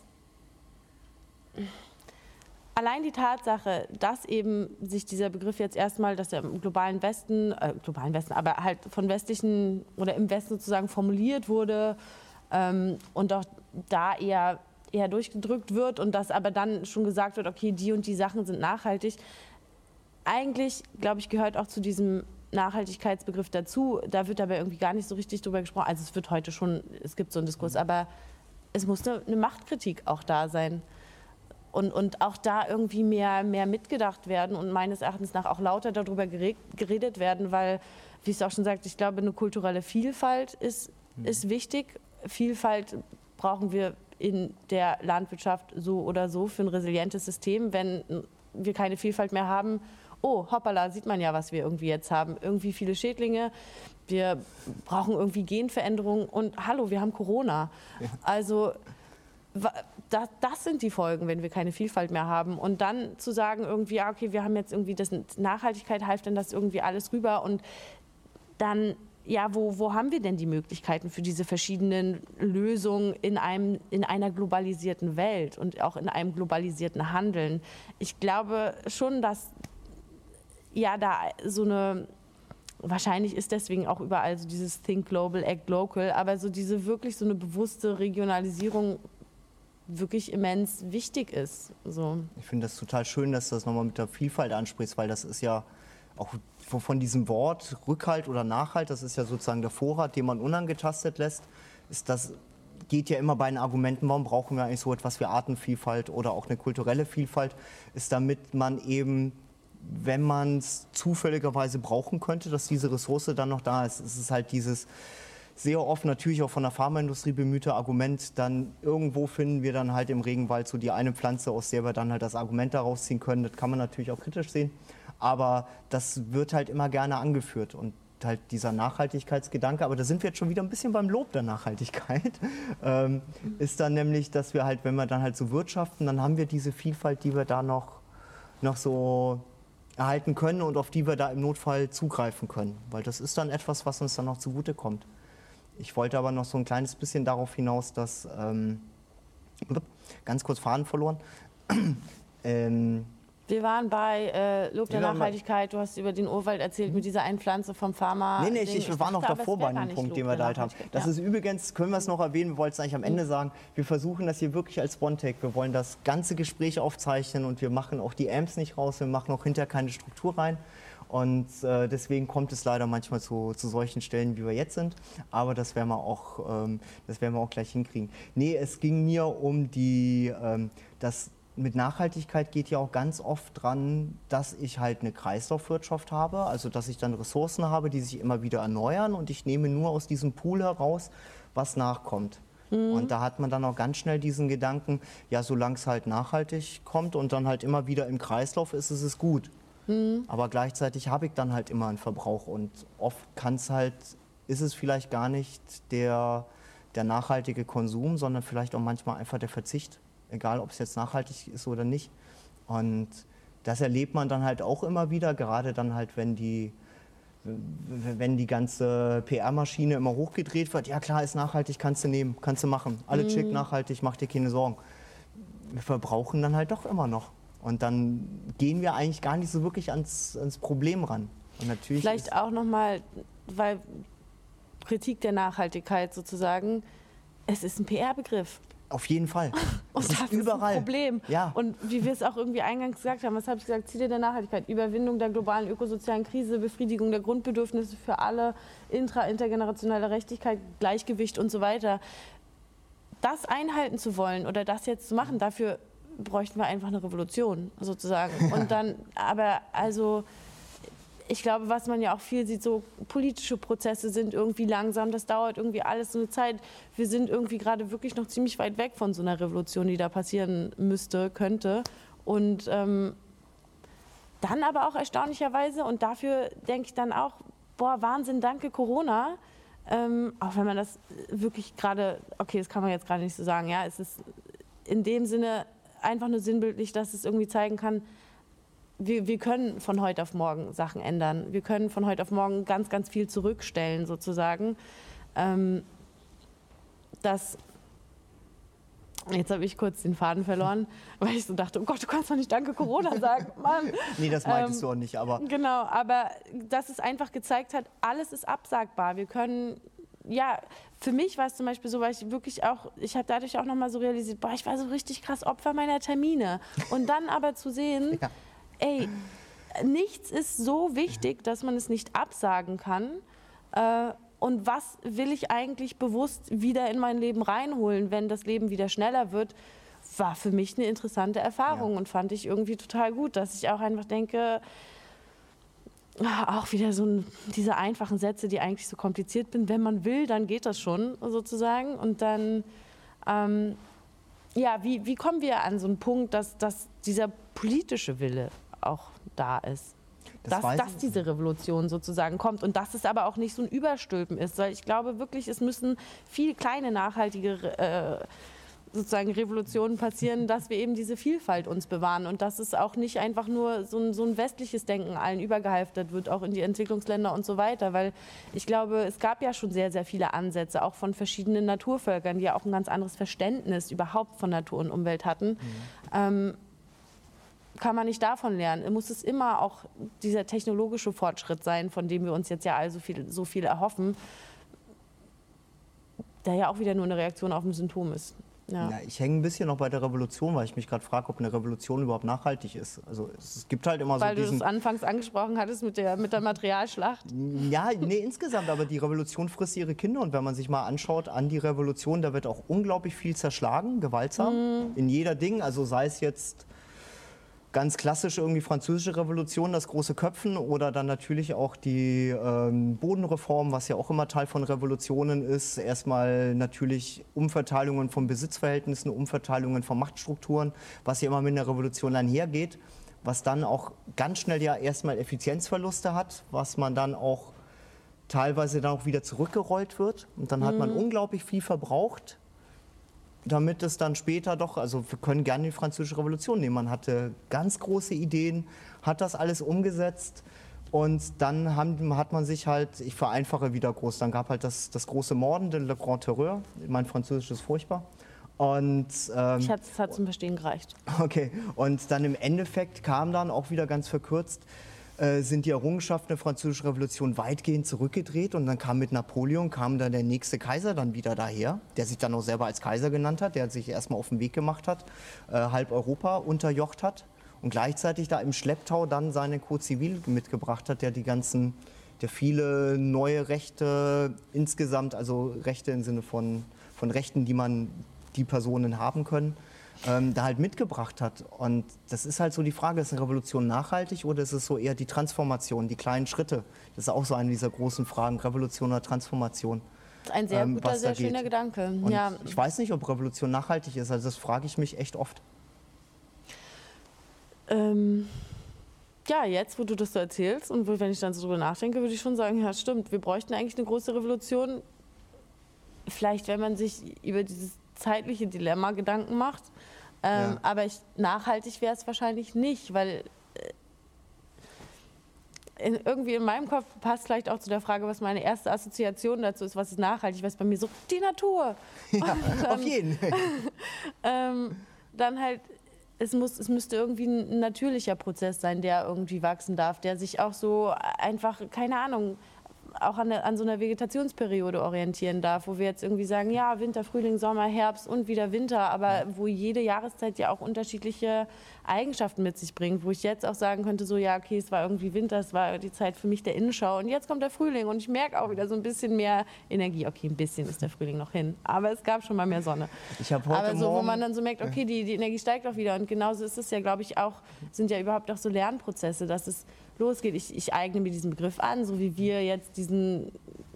allein die Tatsache, dass eben sich dieser Begriff jetzt erstmal, dass er im globalen Westen, äh, globalen Westen, aber halt von westlichen oder im Westen sozusagen formuliert wurde ähm, und auch da eher, eher durchgedrückt wird und dass aber dann schon gesagt wird, okay, die und die Sachen sind nachhaltig. Eigentlich, glaube ich, gehört auch zu diesem Nachhaltigkeitsbegriff dazu. Da wird aber irgendwie gar nicht so richtig drüber gesprochen. Also es wird heute schon, es gibt so einen Diskurs, aber es muss eine, eine Machtkritik auch da sein. Und, und auch da irgendwie mehr, mehr mitgedacht werden und meines Erachtens nach auch lauter darüber geredet werden, weil, wie ich es auch schon sagte, ich glaube, eine kulturelle Vielfalt ist, mhm. ist wichtig. Vielfalt brauchen wir in der Landwirtschaft so oder so für ein resilientes System. Wenn wir keine Vielfalt mehr haben, oh, hoppala, sieht man ja, was wir irgendwie jetzt haben. Irgendwie viele Schädlinge, wir brauchen irgendwie Genveränderungen und hallo, wir haben Corona. Ja. Also das, das sind die Folgen, wenn wir keine Vielfalt mehr haben. Und dann zu sagen irgendwie, ja, okay, wir haben jetzt irgendwie das Nachhaltigkeit, heißt denn das irgendwie alles rüber und dann, ja, wo, wo haben wir denn die Möglichkeiten für diese verschiedenen Lösungen in, einem, in einer globalisierten Welt und auch in einem globalisierten Handeln? Ich glaube schon, dass ja da so eine, wahrscheinlich ist deswegen auch überall so dieses Think Global, Act Local, aber so diese wirklich so eine bewusste Regionalisierung wirklich immens wichtig ist. So. Ich finde das total schön, dass du das nochmal mit der Vielfalt ansprichst, weil das ist ja auch von diesem Wort Rückhalt oder Nachhalt, das ist ja sozusagen der Vorrat, den man unangetastet lässt, ist das, geht ja immer bei den Argumenten, warum brauchen wir eigentlich so etwas wie Artenvielfalt oder auch eine kulturelle Vielfalt, ist damit man eben, wenn man es zufälligerweise brauchen könnte, dass diese Ressource dann noch da ist. Es ist halt dieses sehr oft natürlich auch von der Pharmaindustrie bemühte Argument, dann irgendwo finden wir dann halt im Regenwald so die eine Pflanze, aus der wir dann halt das Argument daraus ziehen können. Das kann man natürlich auch kritisch sehen, aber das wird halt immer gerne angeführt und halt dieser Nachhaltigkeitsgedanke, aber da sind wir jetzt schon wieder ein bisschen beim Lob der Nachhaltigkeit, ähm, ist dann nämlich, dass wir halt, wenn wir dann halt so wirtschaften, dann haben wir diese Vielfalt, die wir da noch, noch so erhalten können und auf die wir da im Notfall zugreifen können, weil das ist dann etwas, was uns dann noch zugutekommt. Ich wollte aber noch so ein kleines bisschen darauf hinaus, dass, ähm, ganz kurz Faden verloren, ähm, Wir waren bei äh, Lob der Wir waren bei- Nachhaltigkeit, du hast über den Urwald erzählt mit dieser einen Pflanze vom Pharma. Nee, nee, ich, Ding. ich, wir waren noch dachte, aber davor es bei wär gar einem nicht Punkt, Lob den wir der da halt haben. Nachhaltigkeit. Das Ja. ist übrigens, können wir es noch erwähnen, wir wollten es eigentlich am Ende sagen, wir versuchen das hier wirklich als One-Take. Wir wollen das ganze Gespräch aufzeichnen und wir machen auch die Amps nicht raus, wir machen auch hinterher keine Struktur rein. Und äh, deswegen kommt es leider manchmal zu, zu solchen Stellen, wie wir jetzt sind. Aber das werden wir auch, ähm, das werden wir auch gleich hinkriegen. Nee, es ging mir um die, ähm, das mit Nachhaltigkeit geht ja auch ganz oft dran, dass ich halt eine Kreislaufwirtschaft habe, also dass ich dann Ressourcen habe, die sich immer wieder erneuern und ich nehme nur aus diesem Pool heraus, was nachkommt. Mhm. Und da hat man dann auch ganz schnell diesen Gedanken, ja, solange es halt nachhaltig kommt und dann halt immer wieder im Kreislauf ist, ist es gut. Mhm. Aber gleichzeitig habe ich dann halt immer einen Verbrauch und oft kann es halt, ist es vielleicht gar nicht der, der nachhaltige Konsum, sondern vielleicht auch manchmal einfach der Verzicht. Egal, ob es jetzt nachhaltig ist oder nicht. Und das erlebt man dann halt auch immer wieder, gerade dann halt, wenn die, wenn die ganze P R-Maschine immer hochgedreht wird. Ja klar, ist nachhaltig, kannst du nehmen, kannst du machen. Alle chick, nachhaltig, mach dir keine Sorgen. Wir verbrauchen dann halt doch immer noch. Und dann gehen wir eigentlich gar nicht so wirklich ans, ans Problem ran. Und natürlich Vielleicht auch nochmal, weil Kritik der Nachhaltigkeit sozusagen, es ist ein P R-Begriff. Auf jeden Fall. Und das, das ist überall ein Problem. Ja. Und wie wir es auch irgendwie eingangs gesagt haben, was habe ich gesagt, Ziele der Nachhaltigkeit, Überwindung der globalen ökosozialen Krise, Befriedigung der Grundbedürfnisse für alle, intra-, intergenerationelle Gerechtigkeit, Gleichgewicht und so weiter. Das einhalten zu wollen oder das jetzt zu machen, dafür bräuchten wir einfach eine Revolution sozusagen. Und dann, aber also... Ich glaube, was man ja auch viel sieht, so politische Prozesse sind irgendwie langsam, das dauert irgendwie alles so eine Zeit. Wir sind irgendwie gerade wirklich noch ziemlich weit weg von so einer Revolution, die da passieren müsste, könnte. Und ähm, dann aber auch erstaunlicherweise, und dafür denke ich dann auch, boah, Wahnsinn, danke Corona. Ähm, auch wenn man das wirklich gerade, okay, das kann man jetzt gerade nicht so sagen, ja, es ist in dem Sinne einfach nur sinnbildlich, dass es irgendwie zeigen kann, Wir, wir können von heute auf morgen Sachen ändern. Wir können von heute auf morgen ganz, ganz viel zurückstellen, sozusagen. Ähm, das, jetzt habe ich kurz den Faden verloren, weil ich so dachte, oh Gott, du kannst doch nicht Danke Corona sagen, Mann. Nee, das meintest ähm, du auch nicht, aber... Genau, aber dass es einfach gezeigt hat, alles ist absagbar. Wir können... Ja, für mich war es zum Beispiel so, weil ich wirklich auch, ich habe dadurch auch nochmal so realisiert, boah, ich war so richtig krass Opfer meiner Termine. Und dann aber zu sehen... Ja. Ey, nichts ist so wichtig, dass man es nicht absagen kann. Äh, und was will ich eigentlich bewusst wieder in mein Leben reinholen, wenn das Leben wieder schneller wird, war für mich eine interessante Erfahrung Ja. und fand ich irgendwie total gut, dass ich auch einfach denke, auch wieder so ein, diese einfachen Sätze, die eigentlich so kompliziert sind. Wenn man will, dann geht das schon, sozusagen. Und dann... Ähm, Ja, wie, wie kommen wir an so einen Punkt, dass, dass dieser politische Wille auch da ist? Das dass, weiß dass ich. diese Revolution sozusagen kommt und dass es aber auch nicht so ein Überstülpen ist. Weil ich glaube wirklich, es müssen viel kleine nachhaltige äh, sozusagen Revolutionen passieren, dass wir eben diese Vielfalt uns bewahren und dass es auch nicht einfach nur so ein, so ein westliches Denken allen übergeheiftet wird, auch in die Entwicklungsländer und so weiter. Weil ich glaube, es gab ja schon sehr, sehr viele Ansätze, auch von verschiedenen Naturvölkern, die ja auch ein ganz anderes Verständnis überhaupt von Natur und Umwelt hatten. Mhm. Ähm, kann man nicht davon lernen. Muss es immer auch dieser technologische Fortschritt sein, von dem wir uns jetzt ja all so viel, so viel erhoffen, der ja auch wieder nur eine Reaktion auf ein Symptom ist. Ja. Ja, ich hänge ein bisschen noch bei der Revolution, weil ich mich gerade frage, ob eine Revolution überhaupt nachhaltig ist. Also es gibt halt immer Weil so du diesen... das anfangs angesprochen hattest mit der, mit der Materialschlacht. Ja, nee, insgesamt, aber die Revolution frisst ihre Kinder. Und wenn man sich mal anschaut an die Revolution, da wird auch unglaublich viel zerschlagen, gewaltsam, Mhm. in jeder Ding. Also sei es jetzt ganz klassisch irgendwie französische Revolution, das große Köpfen oder dann natürlich auch die ähm, Bodenreform, was ja auch immer Teil von Revolutionen ist. Erstmal natürlich Umverteilungen von Besitzverhältnissen, Umverteilungen von Machtstrukturen, was ja immer mit einer Revolution einhergeht, was dann auch ganz schnell ja erstmal Effizienzverluste hat, was man dann auch teilweise dann auch wieder zurückgerollt wird. Und dann hat man unglaublich viel verbraucht, damit es dann später doch, also wir können gerne die Französische Revolution nehmen, man hatte ganz große Ideen, hat das alles umgesetzt Und dann haben, hat man sich halt, ich vereinfache wieder groß, dann gab halt das, das große Morden, den Le Grand Terreur, mein Französisch ist furchtbar. Und, ähm, Ich hat's, es hat zum Verstehen gereicht. okay, und dann im Endeffekt kam dann auch wieder ganz verkürzt, äh, sind die Errungenschaften der Französischen Revolution weitgehend zurückgedreht und dann kam mit Napoleon, kam dann der nächste Kaiser dann wieder daher, der sich dann auch selber als Kaiser genannt hat, der sich erstmal auf den Weg gemacht hat, äh, halb Europa unterjocht hat und gleichzeitig da im Schlepptau dann seinen Code Civil mitgebracht hat, der die ganzen, der viele neue Rechte insgesamt, also Rechte im Sinne von, von Rechten, die man die Personen haben können, ähm, da halt mitgebracht hat. Und das ist halt so die Frage, ist eine Revolution nachhaltig oder ist es so eher die Transformation, die kleinen Schritte? Das ist auch so eine dieser großen Fragen, Revolution oder Transformation. Das ist ein sehr ähm, guter, was da sehr schöner geht. Gedanke. Und Ja. ich weiß nicht, ob Revolution nachhaltig ist, also das frage ich mich echt oft. Ähm, ja, jetzt, wo du das so erzählst und wo, wenn ich dann so drüber nachdenke, würde ich schon sagen, ja stimmt, wir bräuchten eigentlich eine große Revolution. Vielleicht, wenn man sich über dieses zeitliche Dilemma Gedanken macht. Ähm, Ja. Aber ich, nachhaltig wäre es wahrscheinlich nicht, weil äh, in, irgendwie in meinem Kopf passt vielleicht auch zu der Frage, was meine erste Assoziation dazu ist, was ist nachhaltig, weil es bei mir so, die Natur. Ja, dann, auf jeden. ähm, dann halt, es, muss, es müsste irgendwie ein natürlicher Prozess sein, der irgendwie wachsen darf, der sich auch so einfach, keine Ahnung, auch an, der, an so einer Vegetationsperiode orientieren darf, wo wir jetzt irgendwie sagen, ja, Winter, Frühling, Sommer, Herbst und wieder Winter, aber wo jede Jahreszeit ja auch unterschiedliche Eigenschaften mit sich bringt, wo ich jetzt auch sagen könnte, so ja, okay, es war irgendwie Winter, es war die Zeit für mich der Innenschau und jetzt kommt der Frühling und ich merke auch wieder so ein bisschen mehr Energie. Okay, ein bisschen ist der Frühling noch hin, aber es gab schon mal mehr Sonne. Ich habe heute Aber so, wo Morgen, man dann so merkt, okay, die, die Energie steigt auch wieder und genauso ist es ja, glaube ich, auch, sind ja überhaupt auch so Lernprozesse, dass es losgeht. Ich, ich eigne mir diesen Begriff an, so wie wir jetzt diesen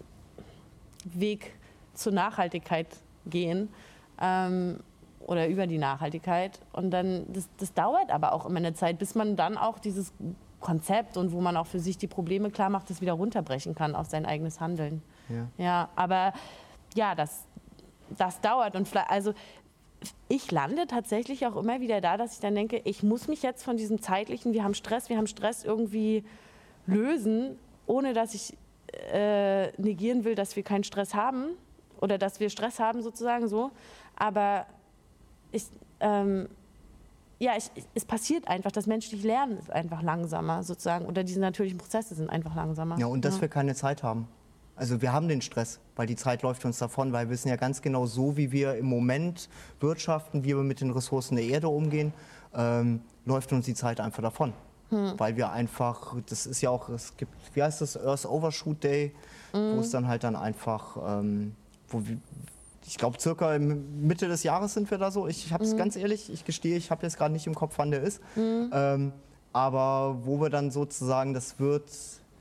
Weg zur Nachhaltigkeit gehen ähm, oder über die Nachhaltigkeit. Und dann, das, das dauert aber auch immer eine Zeit, bis man dann auch dieses Konzept und wo man auch für sich die Probleme klar macht, das wieder runterbrechen kann auf sein eigenes Handeln. Ja. Ja, aber ja, das, das dauert. Und vielleicht, also ich lande tatsächlich auch immer wieder da, dass ich dann denke, ich muss mich jetzt von diesem zeitlichen, wir haben Stress, wir haben Stress irgendwie lösen, ohne dass ich äh, negieren will, dass wir keinen Stress haben oder dass wir Stress haben sozusagen so. Aber ich, ähm, ja, ich, es passiert einfach, das menschliche Lernen ist einfach langsamer sozusagen oder diese natürlichen Prozesse sind einfach langsamer. ja, und dass wir keine Zeit haben. Also wir haben den Stress, weil die Zeit läuft uns davon, weil wir wissen ja ganz genau, so wie wir im Moment wirtschaften, wie wir mit den Ressourcen der Erde umgehen, ähm, läuft uns die Zeit einfach davon. Hm. Weil wir einfach, das ist ja auch, es gibt, wie heißt das, Earth Overshoot Day, mhm. wo es dann halt dann einfach, ähm, wo wir, ich glaube circa Mitte des Jahres sind wir da so, ich habe es mhm. ganz ehrlich, ich gestehe, ich habe jetzt gerade nicht im Kopf, wann der ist, mhm. ähm, aber wo wir dann sozusagen, das wird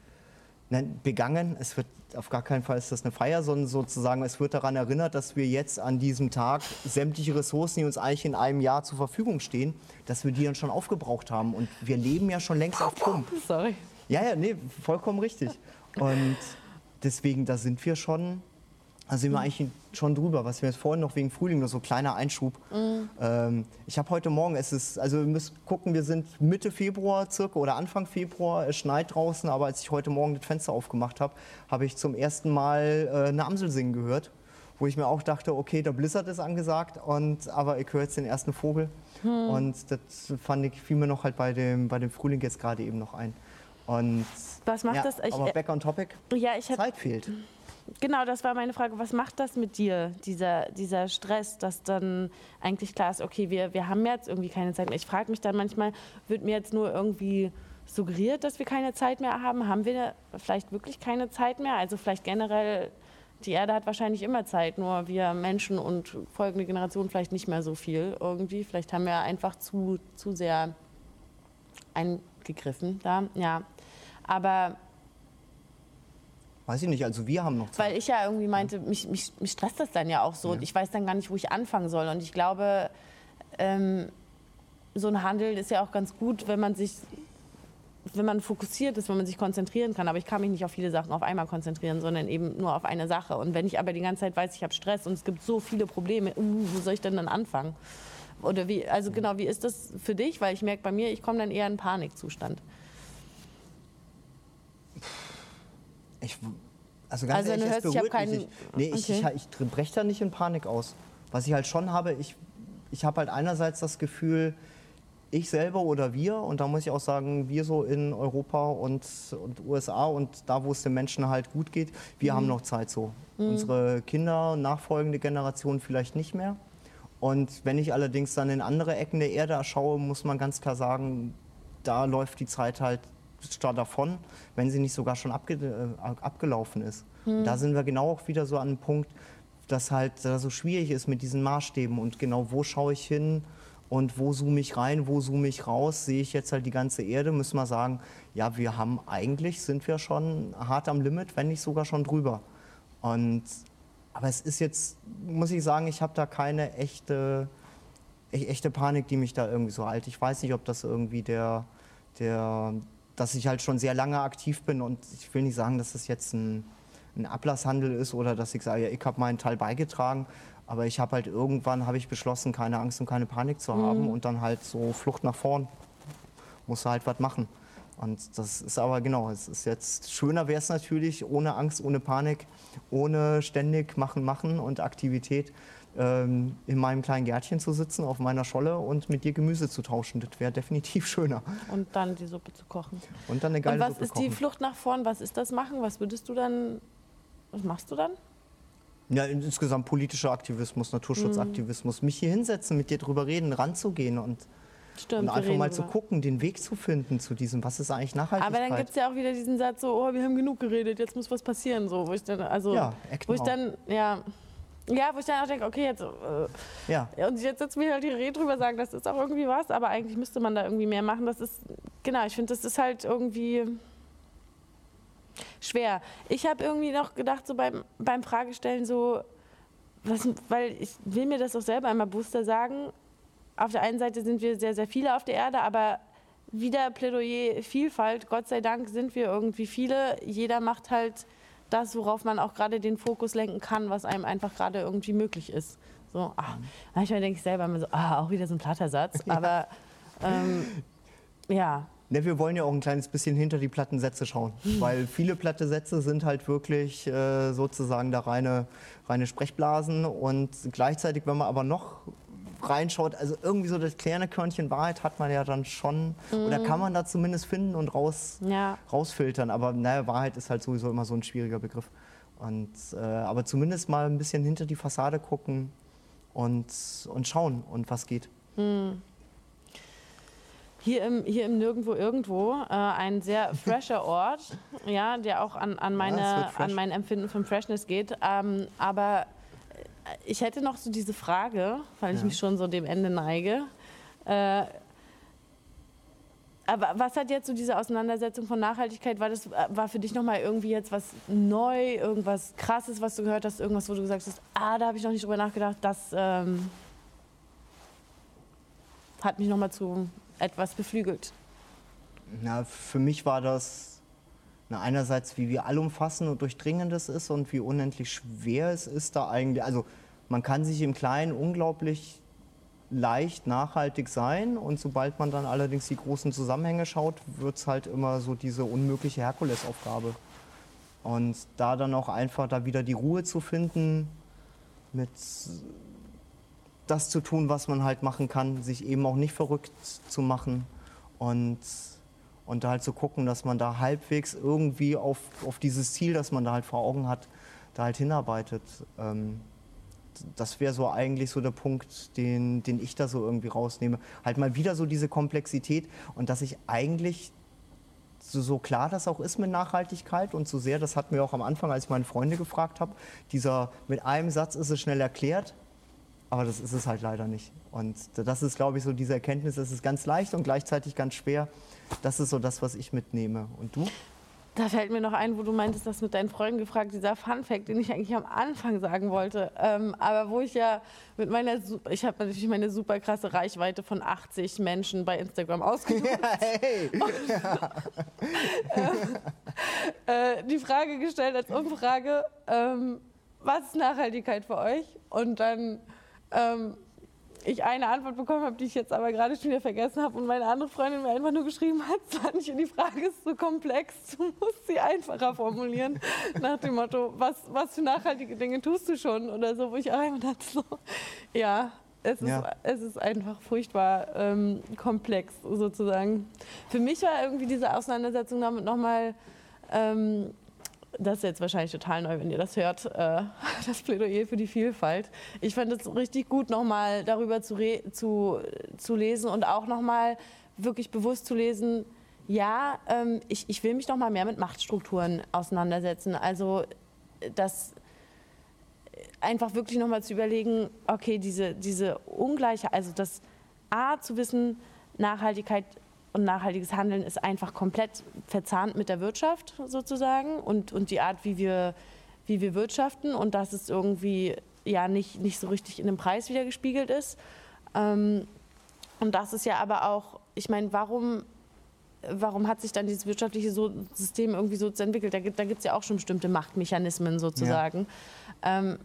begangen, es wird auf gar keinen Fall ist das eine Feier, sondern sozusagen es wird daran erinnert, dass wir jetzt an diesem Tag sämtliche Ressourcen, die uns eigentlich in einem Jahr zur Verfügung stehen, dass wir die dann schon aufgebraucht haben und wir leben ja schon längst auf Pump. Sorry. Ja, ja, nee, vollkommen richtig. Und deswegen, da sind wir schon, da sind wir eigentlich schon drüber, was wir jetzt vorhin noch wegen Frühling, nur so kleiner Einschub. Mhm. Ähm, ich habe heute Morgen, es ist, also wir müssen gucken, wir sind Mitte Februar circa oder Anfang Februar, es schneit draußen, aber als ich heute Morgen das Fenster aufgemacht habe, habe ich zum ersten Mal äh, eine Amsel singen gehört, wo ich mir auch dachte, okay, der Blizzard ist angesagt, und, aber ich höre jetzt den ersten Vogel. Mhm. Und das fand ich, fiel mir noch halt bei dem, bei dem Frühling jetzt gerade eben noch ein. Und, was macht ja, das? Ich, aber back on topic, ja, ich hab, Zeit fehlt. Genau, das war meine Frage. Was macht das mit dir, dieser, dieser Stress, dass dann eigentlich klar ist, okay, wir, wir haben jetzt irgendwie keine Zeit mehr. Ich frage mich dann manchmal, wird mir jetzt nur irgendwie suggeriert, dass wir keine Zeit mehr haben? Haben wir vielleicht wirklich keine Zeit mehr? Also vielleicht generell, die Erde hat wahrscheinlich immer Zeit, nur wir Menschen und folgende Generationen vielleicht nicht mehr so viel irgendwie. Vielleicht haben wir einfach zu, zu sehr eingegriffen da, ja. Aber weiß ich nicht, also wir haben noch Zeit. weil ich ja irgendwie meinte, mich, mich, mich stresst das dann ja auch so. Ja. Und ich weiß dann gar nicht, wo ich anfangen soll. Und ich glaube, ähm, so ein Handeln ist ja auch ganz gut, wenn man sich, wenn man fokussiert ist, wenn man sich konzentrieren kann. Aber ich kann mich nicht auf viele Sachen auf einmal konzentrieren, sondern eben nur auf eine Sache. Und wenn ich aber die ganze Zeit weiß, ich habe Stress und es gibt so viele Probleme, uh, wo soll ich denn dann anfangen? Oder wie, also genau, wie ist das für dich? Weil ich merke bei mir, ich komme dann eher in Panikzustand. Ich, also ganz Also wenn ehrlich, du es hörst, ich habe berührt mich. keinen... Ich, nee, ich, Okay. ich, ich breche da nicht in Panik aus. Was ich halt schon habe, ich, ich habe halt einerseits das Gefühl, ich selber oder wir, und da muss ich auch sagen, wir so in Europa und, und U S A und da, wo es den Menschen halt gut geht, wir haben noch Zeit so. Unsere Kinder, nachfolgende Generation vielleicht nicht mehr. Und wenn ich allerdings dann in andere Ecken der Erde schaue, muss man ganz klar sagen, da läuft die Zeit halt starr davon, wenn sie nicht sogar schon abge äh, abgelaufen ist. Und da sind wir genau auch wieder so an einem Punkt, dass halt da so schwierig ist mit diesen Maßstäben und genau wo schaue ich hin und wo zoome ich rein, wo zoome ich raus, sehe ich jetzt halt die ganze Erde, müssen wir sagen, ja, wir haben eigentlich, sind wir schon hart am Limit, wenn nicht sogar schon drüber. Und, aber es ist jetzt, muss ich sagen, ich habe da keine echte, e- echte Panik, die mich da irgendwie so hält. Ich weiß nicht, ob das irgendwie der, der, dass ich halt schon sehr lange aktiv bin und ich will nicht sagen, dass das jetzt ein, ein Ablasshandel ist oder dass ich sage, ja, ich habe meinen Teil beigetragen, aber ich habe halt irgendwann, habe ich beschlossen, keine Angst und keine Panik zu haben und dann halt so Flucht nach vorn, musst du halt was machen. Und das ist aber genau, es ist jetzt, schöner wäre es natürlich, ohne Angst, ohne Panik, ohne ständig machen, machen und Aktivität, ähm, in meinem kleinen Gärtchen zu sitzen, auf meiner Scholle und mit dir Gemüse zu tauschen. Das wäre definitiv schöner. Und dann die Suppe zu kochen. Und dann eine geile Und was Suppe ist kochen. die Flucht nach vorn? Was ist das Machen? Was würdest du dann, was machst du dann? Ja, insgesamt politischer Aktivismus, Naturschutzaktivismus, mich hier hinsetzen, mit dir drüber reden, ranzugehen und, Stimmt, und wir einfach reden mal zu drüber. gucken, den Weg zu finden zu diesem, was ist eigentlich Nachhaltigkeit. Aber dann gibt es ja auch wieder diesen Satz so, oh, wir haben genug geredet, jetzt muss was passieren. So, wo ich dann, also, Ja, act wo ich now. dann, ja, ja, wo ich dann auch denke, okay, jetzt, äh, Ja, ja, und jetzt sitzen wir halt hier drüber, sagen, das ist auch irgendwie was, aber eigentlich müsste man da irgendwie mehr machen. Das ist, genau, ich finde, das ist halt irgendwie schwer. Ich habe irgendwie noch gedacht, so beim, beim Fragestellen, so, was, weil ich will mir das auch selber einmal bewusster sagen. Auf der einen Seite sind wir sehr, sehr viele auf der Erde, aber wieder Plädoyer Vielfalt. Gott sei Dank sind wir irgendwie viele. Jeder macht halt das, worauf man auch gerade den Fokus lenken kann, was einem einfach gerade irgendwie möglich ist. So, ach, manchmal denke ich selber immer so, ah, auch wieder so ein platter Satz. Aber ähm, ja, ne, wir wollen ja auch ein kleines bisschen hinter die platten Sätze schauen, weil viele platte Sätze sind halt wirklich äh, sozusagen da reine, reine Sprechblasen und gleichzeitig, wenn man aber noch reinschaut, also irgendwie so das kleine Körnchen Wahrheit hat man ja dann schon, oder kann man da zumindest finden und raus, ja. rausfiltern, aber naja, Wahrheit ist halt sowieso immer so ein schwieriger Begriff. Und, äh, aber zumindest mal ein bisschen hinter die Fassade gucken und, und schauen und was geht. Hier im, hier im Nirgendwo Irgendwo, äh, ein sehr fresher Ort, ja, der auch an, an, es meine, wird fresh. an mein Empfinden von Freshness geht. Ähm, aber ich hätte noch so diese Frage, weil ich Ja. mich schon so dem Ende neige. Äh, aber was hat jetzt so diese Auseinandersetzung von Nachhaltigkeit, war das war für dich nochmal irgendwie jetzt was neu, irgendwas Krasses, was du gehört hast, irgendwas, wo du gesagt hast, ah, da habe ich noch nicht drüber nachgedacht, das ähm, hat mich nochmal zu etwas beflügelt. Na, für mich war das na, einerseits, wie wir allumfassend und durchdringend es ist und wie unendlich schwer es ist, da eigentlich. Also, man kann sich im Kleinen unglaublich leicht nachhaltig sein und sobald man dann allerdings die großen Zusammenhänge schaut, wird es halt immer so diese unmögliche Herkulesaufgabe. Und da dann auch einfach da wieder die Ruhe zu finden, mit das zu tun, was man halt machen kann, sich eben auch nicht verrückt zu machen und, und da halt zu gucken, dass man da halbwegs irgendwie auf, auf dieses Ziel, das man da halt vor Augen hat, da halt hinarbeitet. Ähm, das wäre so eigentlich so der Punkt, den, den ich da so irgendwie rausnehme. Halt mal wieder so diese Komplexität und dass ich eigentlich, so, so klar das auch ist mit Nachhaltigkeit und so sehr, das hatten wir auch am Anfang, als ich meine Freunde gefragt habe, dieser mit einem Satz ist es schnell erklärt, aber das ist es halt leider nicht. Und das ist, glaube ich, so diese Erkenntnis, es ist ganz leicht und gleichzeitig ganz schwer. Das ist so das, was ich mitnehme. Und du? Da fällt mir noch ein, wo du meintest, das mit deinen Freunden gefragt, dieser Funfact, den ich eigentlich am Anfang sagen wollte. Ähm, aber wo ich ja mit meiner, Su- ich habe natürlich meine super krasse Reichweite von achtzig Menschen bei Instagram ausgenutzt. Hey! äh, die Frage gestellt als Umfrage, ähm, was ist Nachhaltigkeit für euch? Und dann ähm, ich eine Antwort bekommen habe, die ich jetzt aber gerade schon wieder vergessen habe und meine andere Freundin mir einfach nur geschrieben hat, Sanchi, die Frage ist so komplex, du musst sie einfacher formulieren. Nach dem Motto, was, was für nachhaltige Dinge tust du schon oder so, wo ich auch immer dachte, so, ja, es ist, Ja. es ist einfach furchtbar ähm, komplex sozusagen. Für mich war irgendwie diese Auseinandersetzung damit nochmal, ähm, das ist jetzt wahrscheinlich total neu, wenn ihr das hört, äh, das Plädoyer für die Vielfalt. Ich fand es richtig gut, nochmal darüber zu, re zu, zu lesen und auch nochmal wirklich bewusst zu lesen, ja, ähm, ich, ich will mich noch mal mehr mit Machtstrukturen auseinandersetzen. Also das einfach wirklich noch mal zu überlegen, okay, diese, diese Ungleichheit, also das A, zu wissen, Nachhaltigkeit und nachhaltiges Handeln ist einfach komplett verzahnt mit der Wirtschaft sozusagen und, und die Art, wie wir, wie wir wirtschaften und dass es irgendwie ja nicht, nicht so richtig in dem Preis wiedergespiegelt ist. Ähm, und das ist ja aber auch, ich meine, warum, warum hat sich dann dieses wirtschaftliche so System irgendwie so entwickelt? Da gibt es ja auch schon bestimmte Machtmechanismen sozusagen. Ja. Ähm,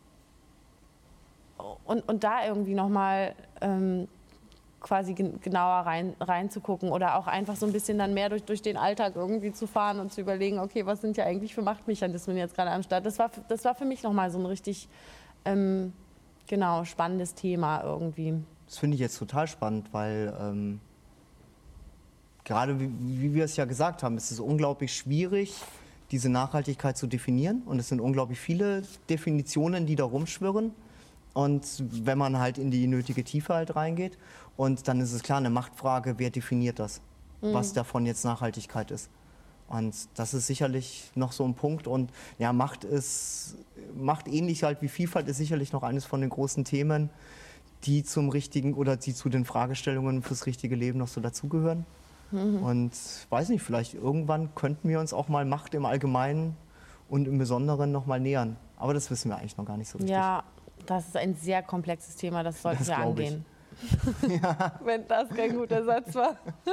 und, und da irgendwie nochmal ähm, quasi gen genauer rein, reinzugucken oder auch einfach so ein bisschen dann mehr durch, durch den Alltag irgendwie zu fahren und zu überlegen, okay, was sind ja eigentlich für Machtmechanismen jetzt gerade am Start? Das war, das war für mich nochmal so ein richtig ähm, genau, spannendes Thema irgendwie. Das finde ich jetzt total spannend, weil ähm, gerade wie, wie wir es ja gesagt haben, es ist unglaublich schwierig, diese Nachhaltigkeit zu definieren und es sind unglaublich viele Definitionen, die da rumschwirren. Und wenn man halt in die nötige Tiefe halt reingeht und dann ist es klar eine Machtfrage, wer definiert das, mhm. was davon jetzt Nachhaltigkeit ist. Und das ist sicherlich noch so ein Punkt und ja, Macht ist, Macht ähnlich halt wie Vielfalt ist sicherlich noch eines von den großen Themen, die zum richtigen oder die zu den Fragestellungen fürs richtige Leben noch so dazugehören. Mhm. Und weiß nicht, vielleicht irgendwann könnten wir uns auch mal Macht im Allgemeinen und im Besonderen noch mal nähern. Aber das wissen wir eigentlich noch gar nicht so richtig. Ja. Das ist ein sehr komplexes Thema, das sollten das wir angehen. Ja. Wenn das kein guter Satz war.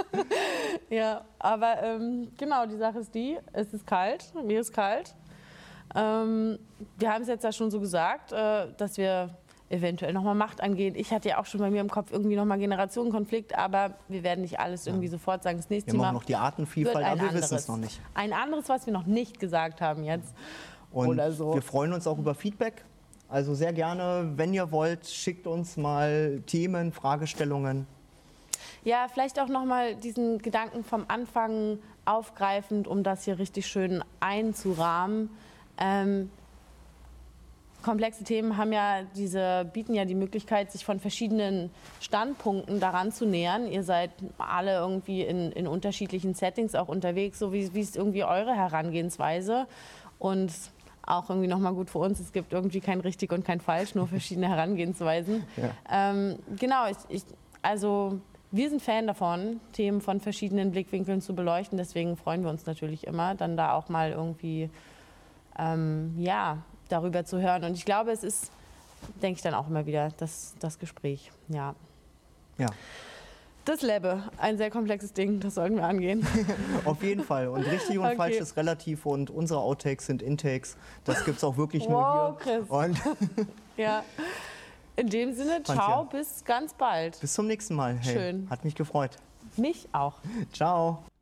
Ja, aber ähm, genau, die Sache ist die, es ist kalt, mir ist kalt. Ähm, wir haben es jetzt ja schon so gesagt, äh, dass wir eventuell nochmal Macht angehen. Ich hatte ja auch schon bei mir im Kopf irgendwie nochmal Generationenkonflikt, aber wir werden nicht alles irgendwie ja. sofort sagen. Das nächste wir Thema haben auch noch die Artenvielfalt, aber wir wissen es noch nicht. Ein anderes, was wir noch nicht gesagt haben jetzt. Und oder so. Wir freuen uns auch über Feedback. Also sehr gerne, wenn ihr wollt, schickt uns mal Themen, Fragestellungen. Ja, vielleicht auch nochmal diesen Gedanken vom Anfang aufgreifend, um das hier richtig schön einzurahmen. Ähm, komplexe Themen haben ja diese, bieten ja die Möglichkeit, sich von verschiedenen Standpunkten daran zu nähern. Ihr seid alle irgendwie in, in unterschiedlichen Settings auch unterwegs, so wie, wie ist irgendwie eure Herangehensweise. Und auch irgendwie nochmal gut für uns, es gibt irgendwie kein richtig und kein falsch, nur verschiedene Herangehensweisen. Ja. Ähm, genau, ich, ich, also wir sind Fan davon, Themen von verschiedenen Blickwinkeln zu beleuchten, deswegen freuen wir uns natürlich immer, dann da auch mal irgendwie ähm, ja, darüber zu hören. Und ich glaube, es ist, denke ich dann auch immer wieder, das, das Gespräch. Ja. Ja. Das Lebbe, ein sehr komplexes Ding, das sollten wir angehen. Auf jeden Fall. Und richtig und okay. falsch ist relativ und unsere Outtakes sind Intakes. Das gibt es auch wirklich wow, nur hier. Chris. Und ja. In dem Sinne, ciao, bis ganz bald. Bis zum nächsten Mal. Hey, schön. Hat mich gefreut. Mich auch. Ciao.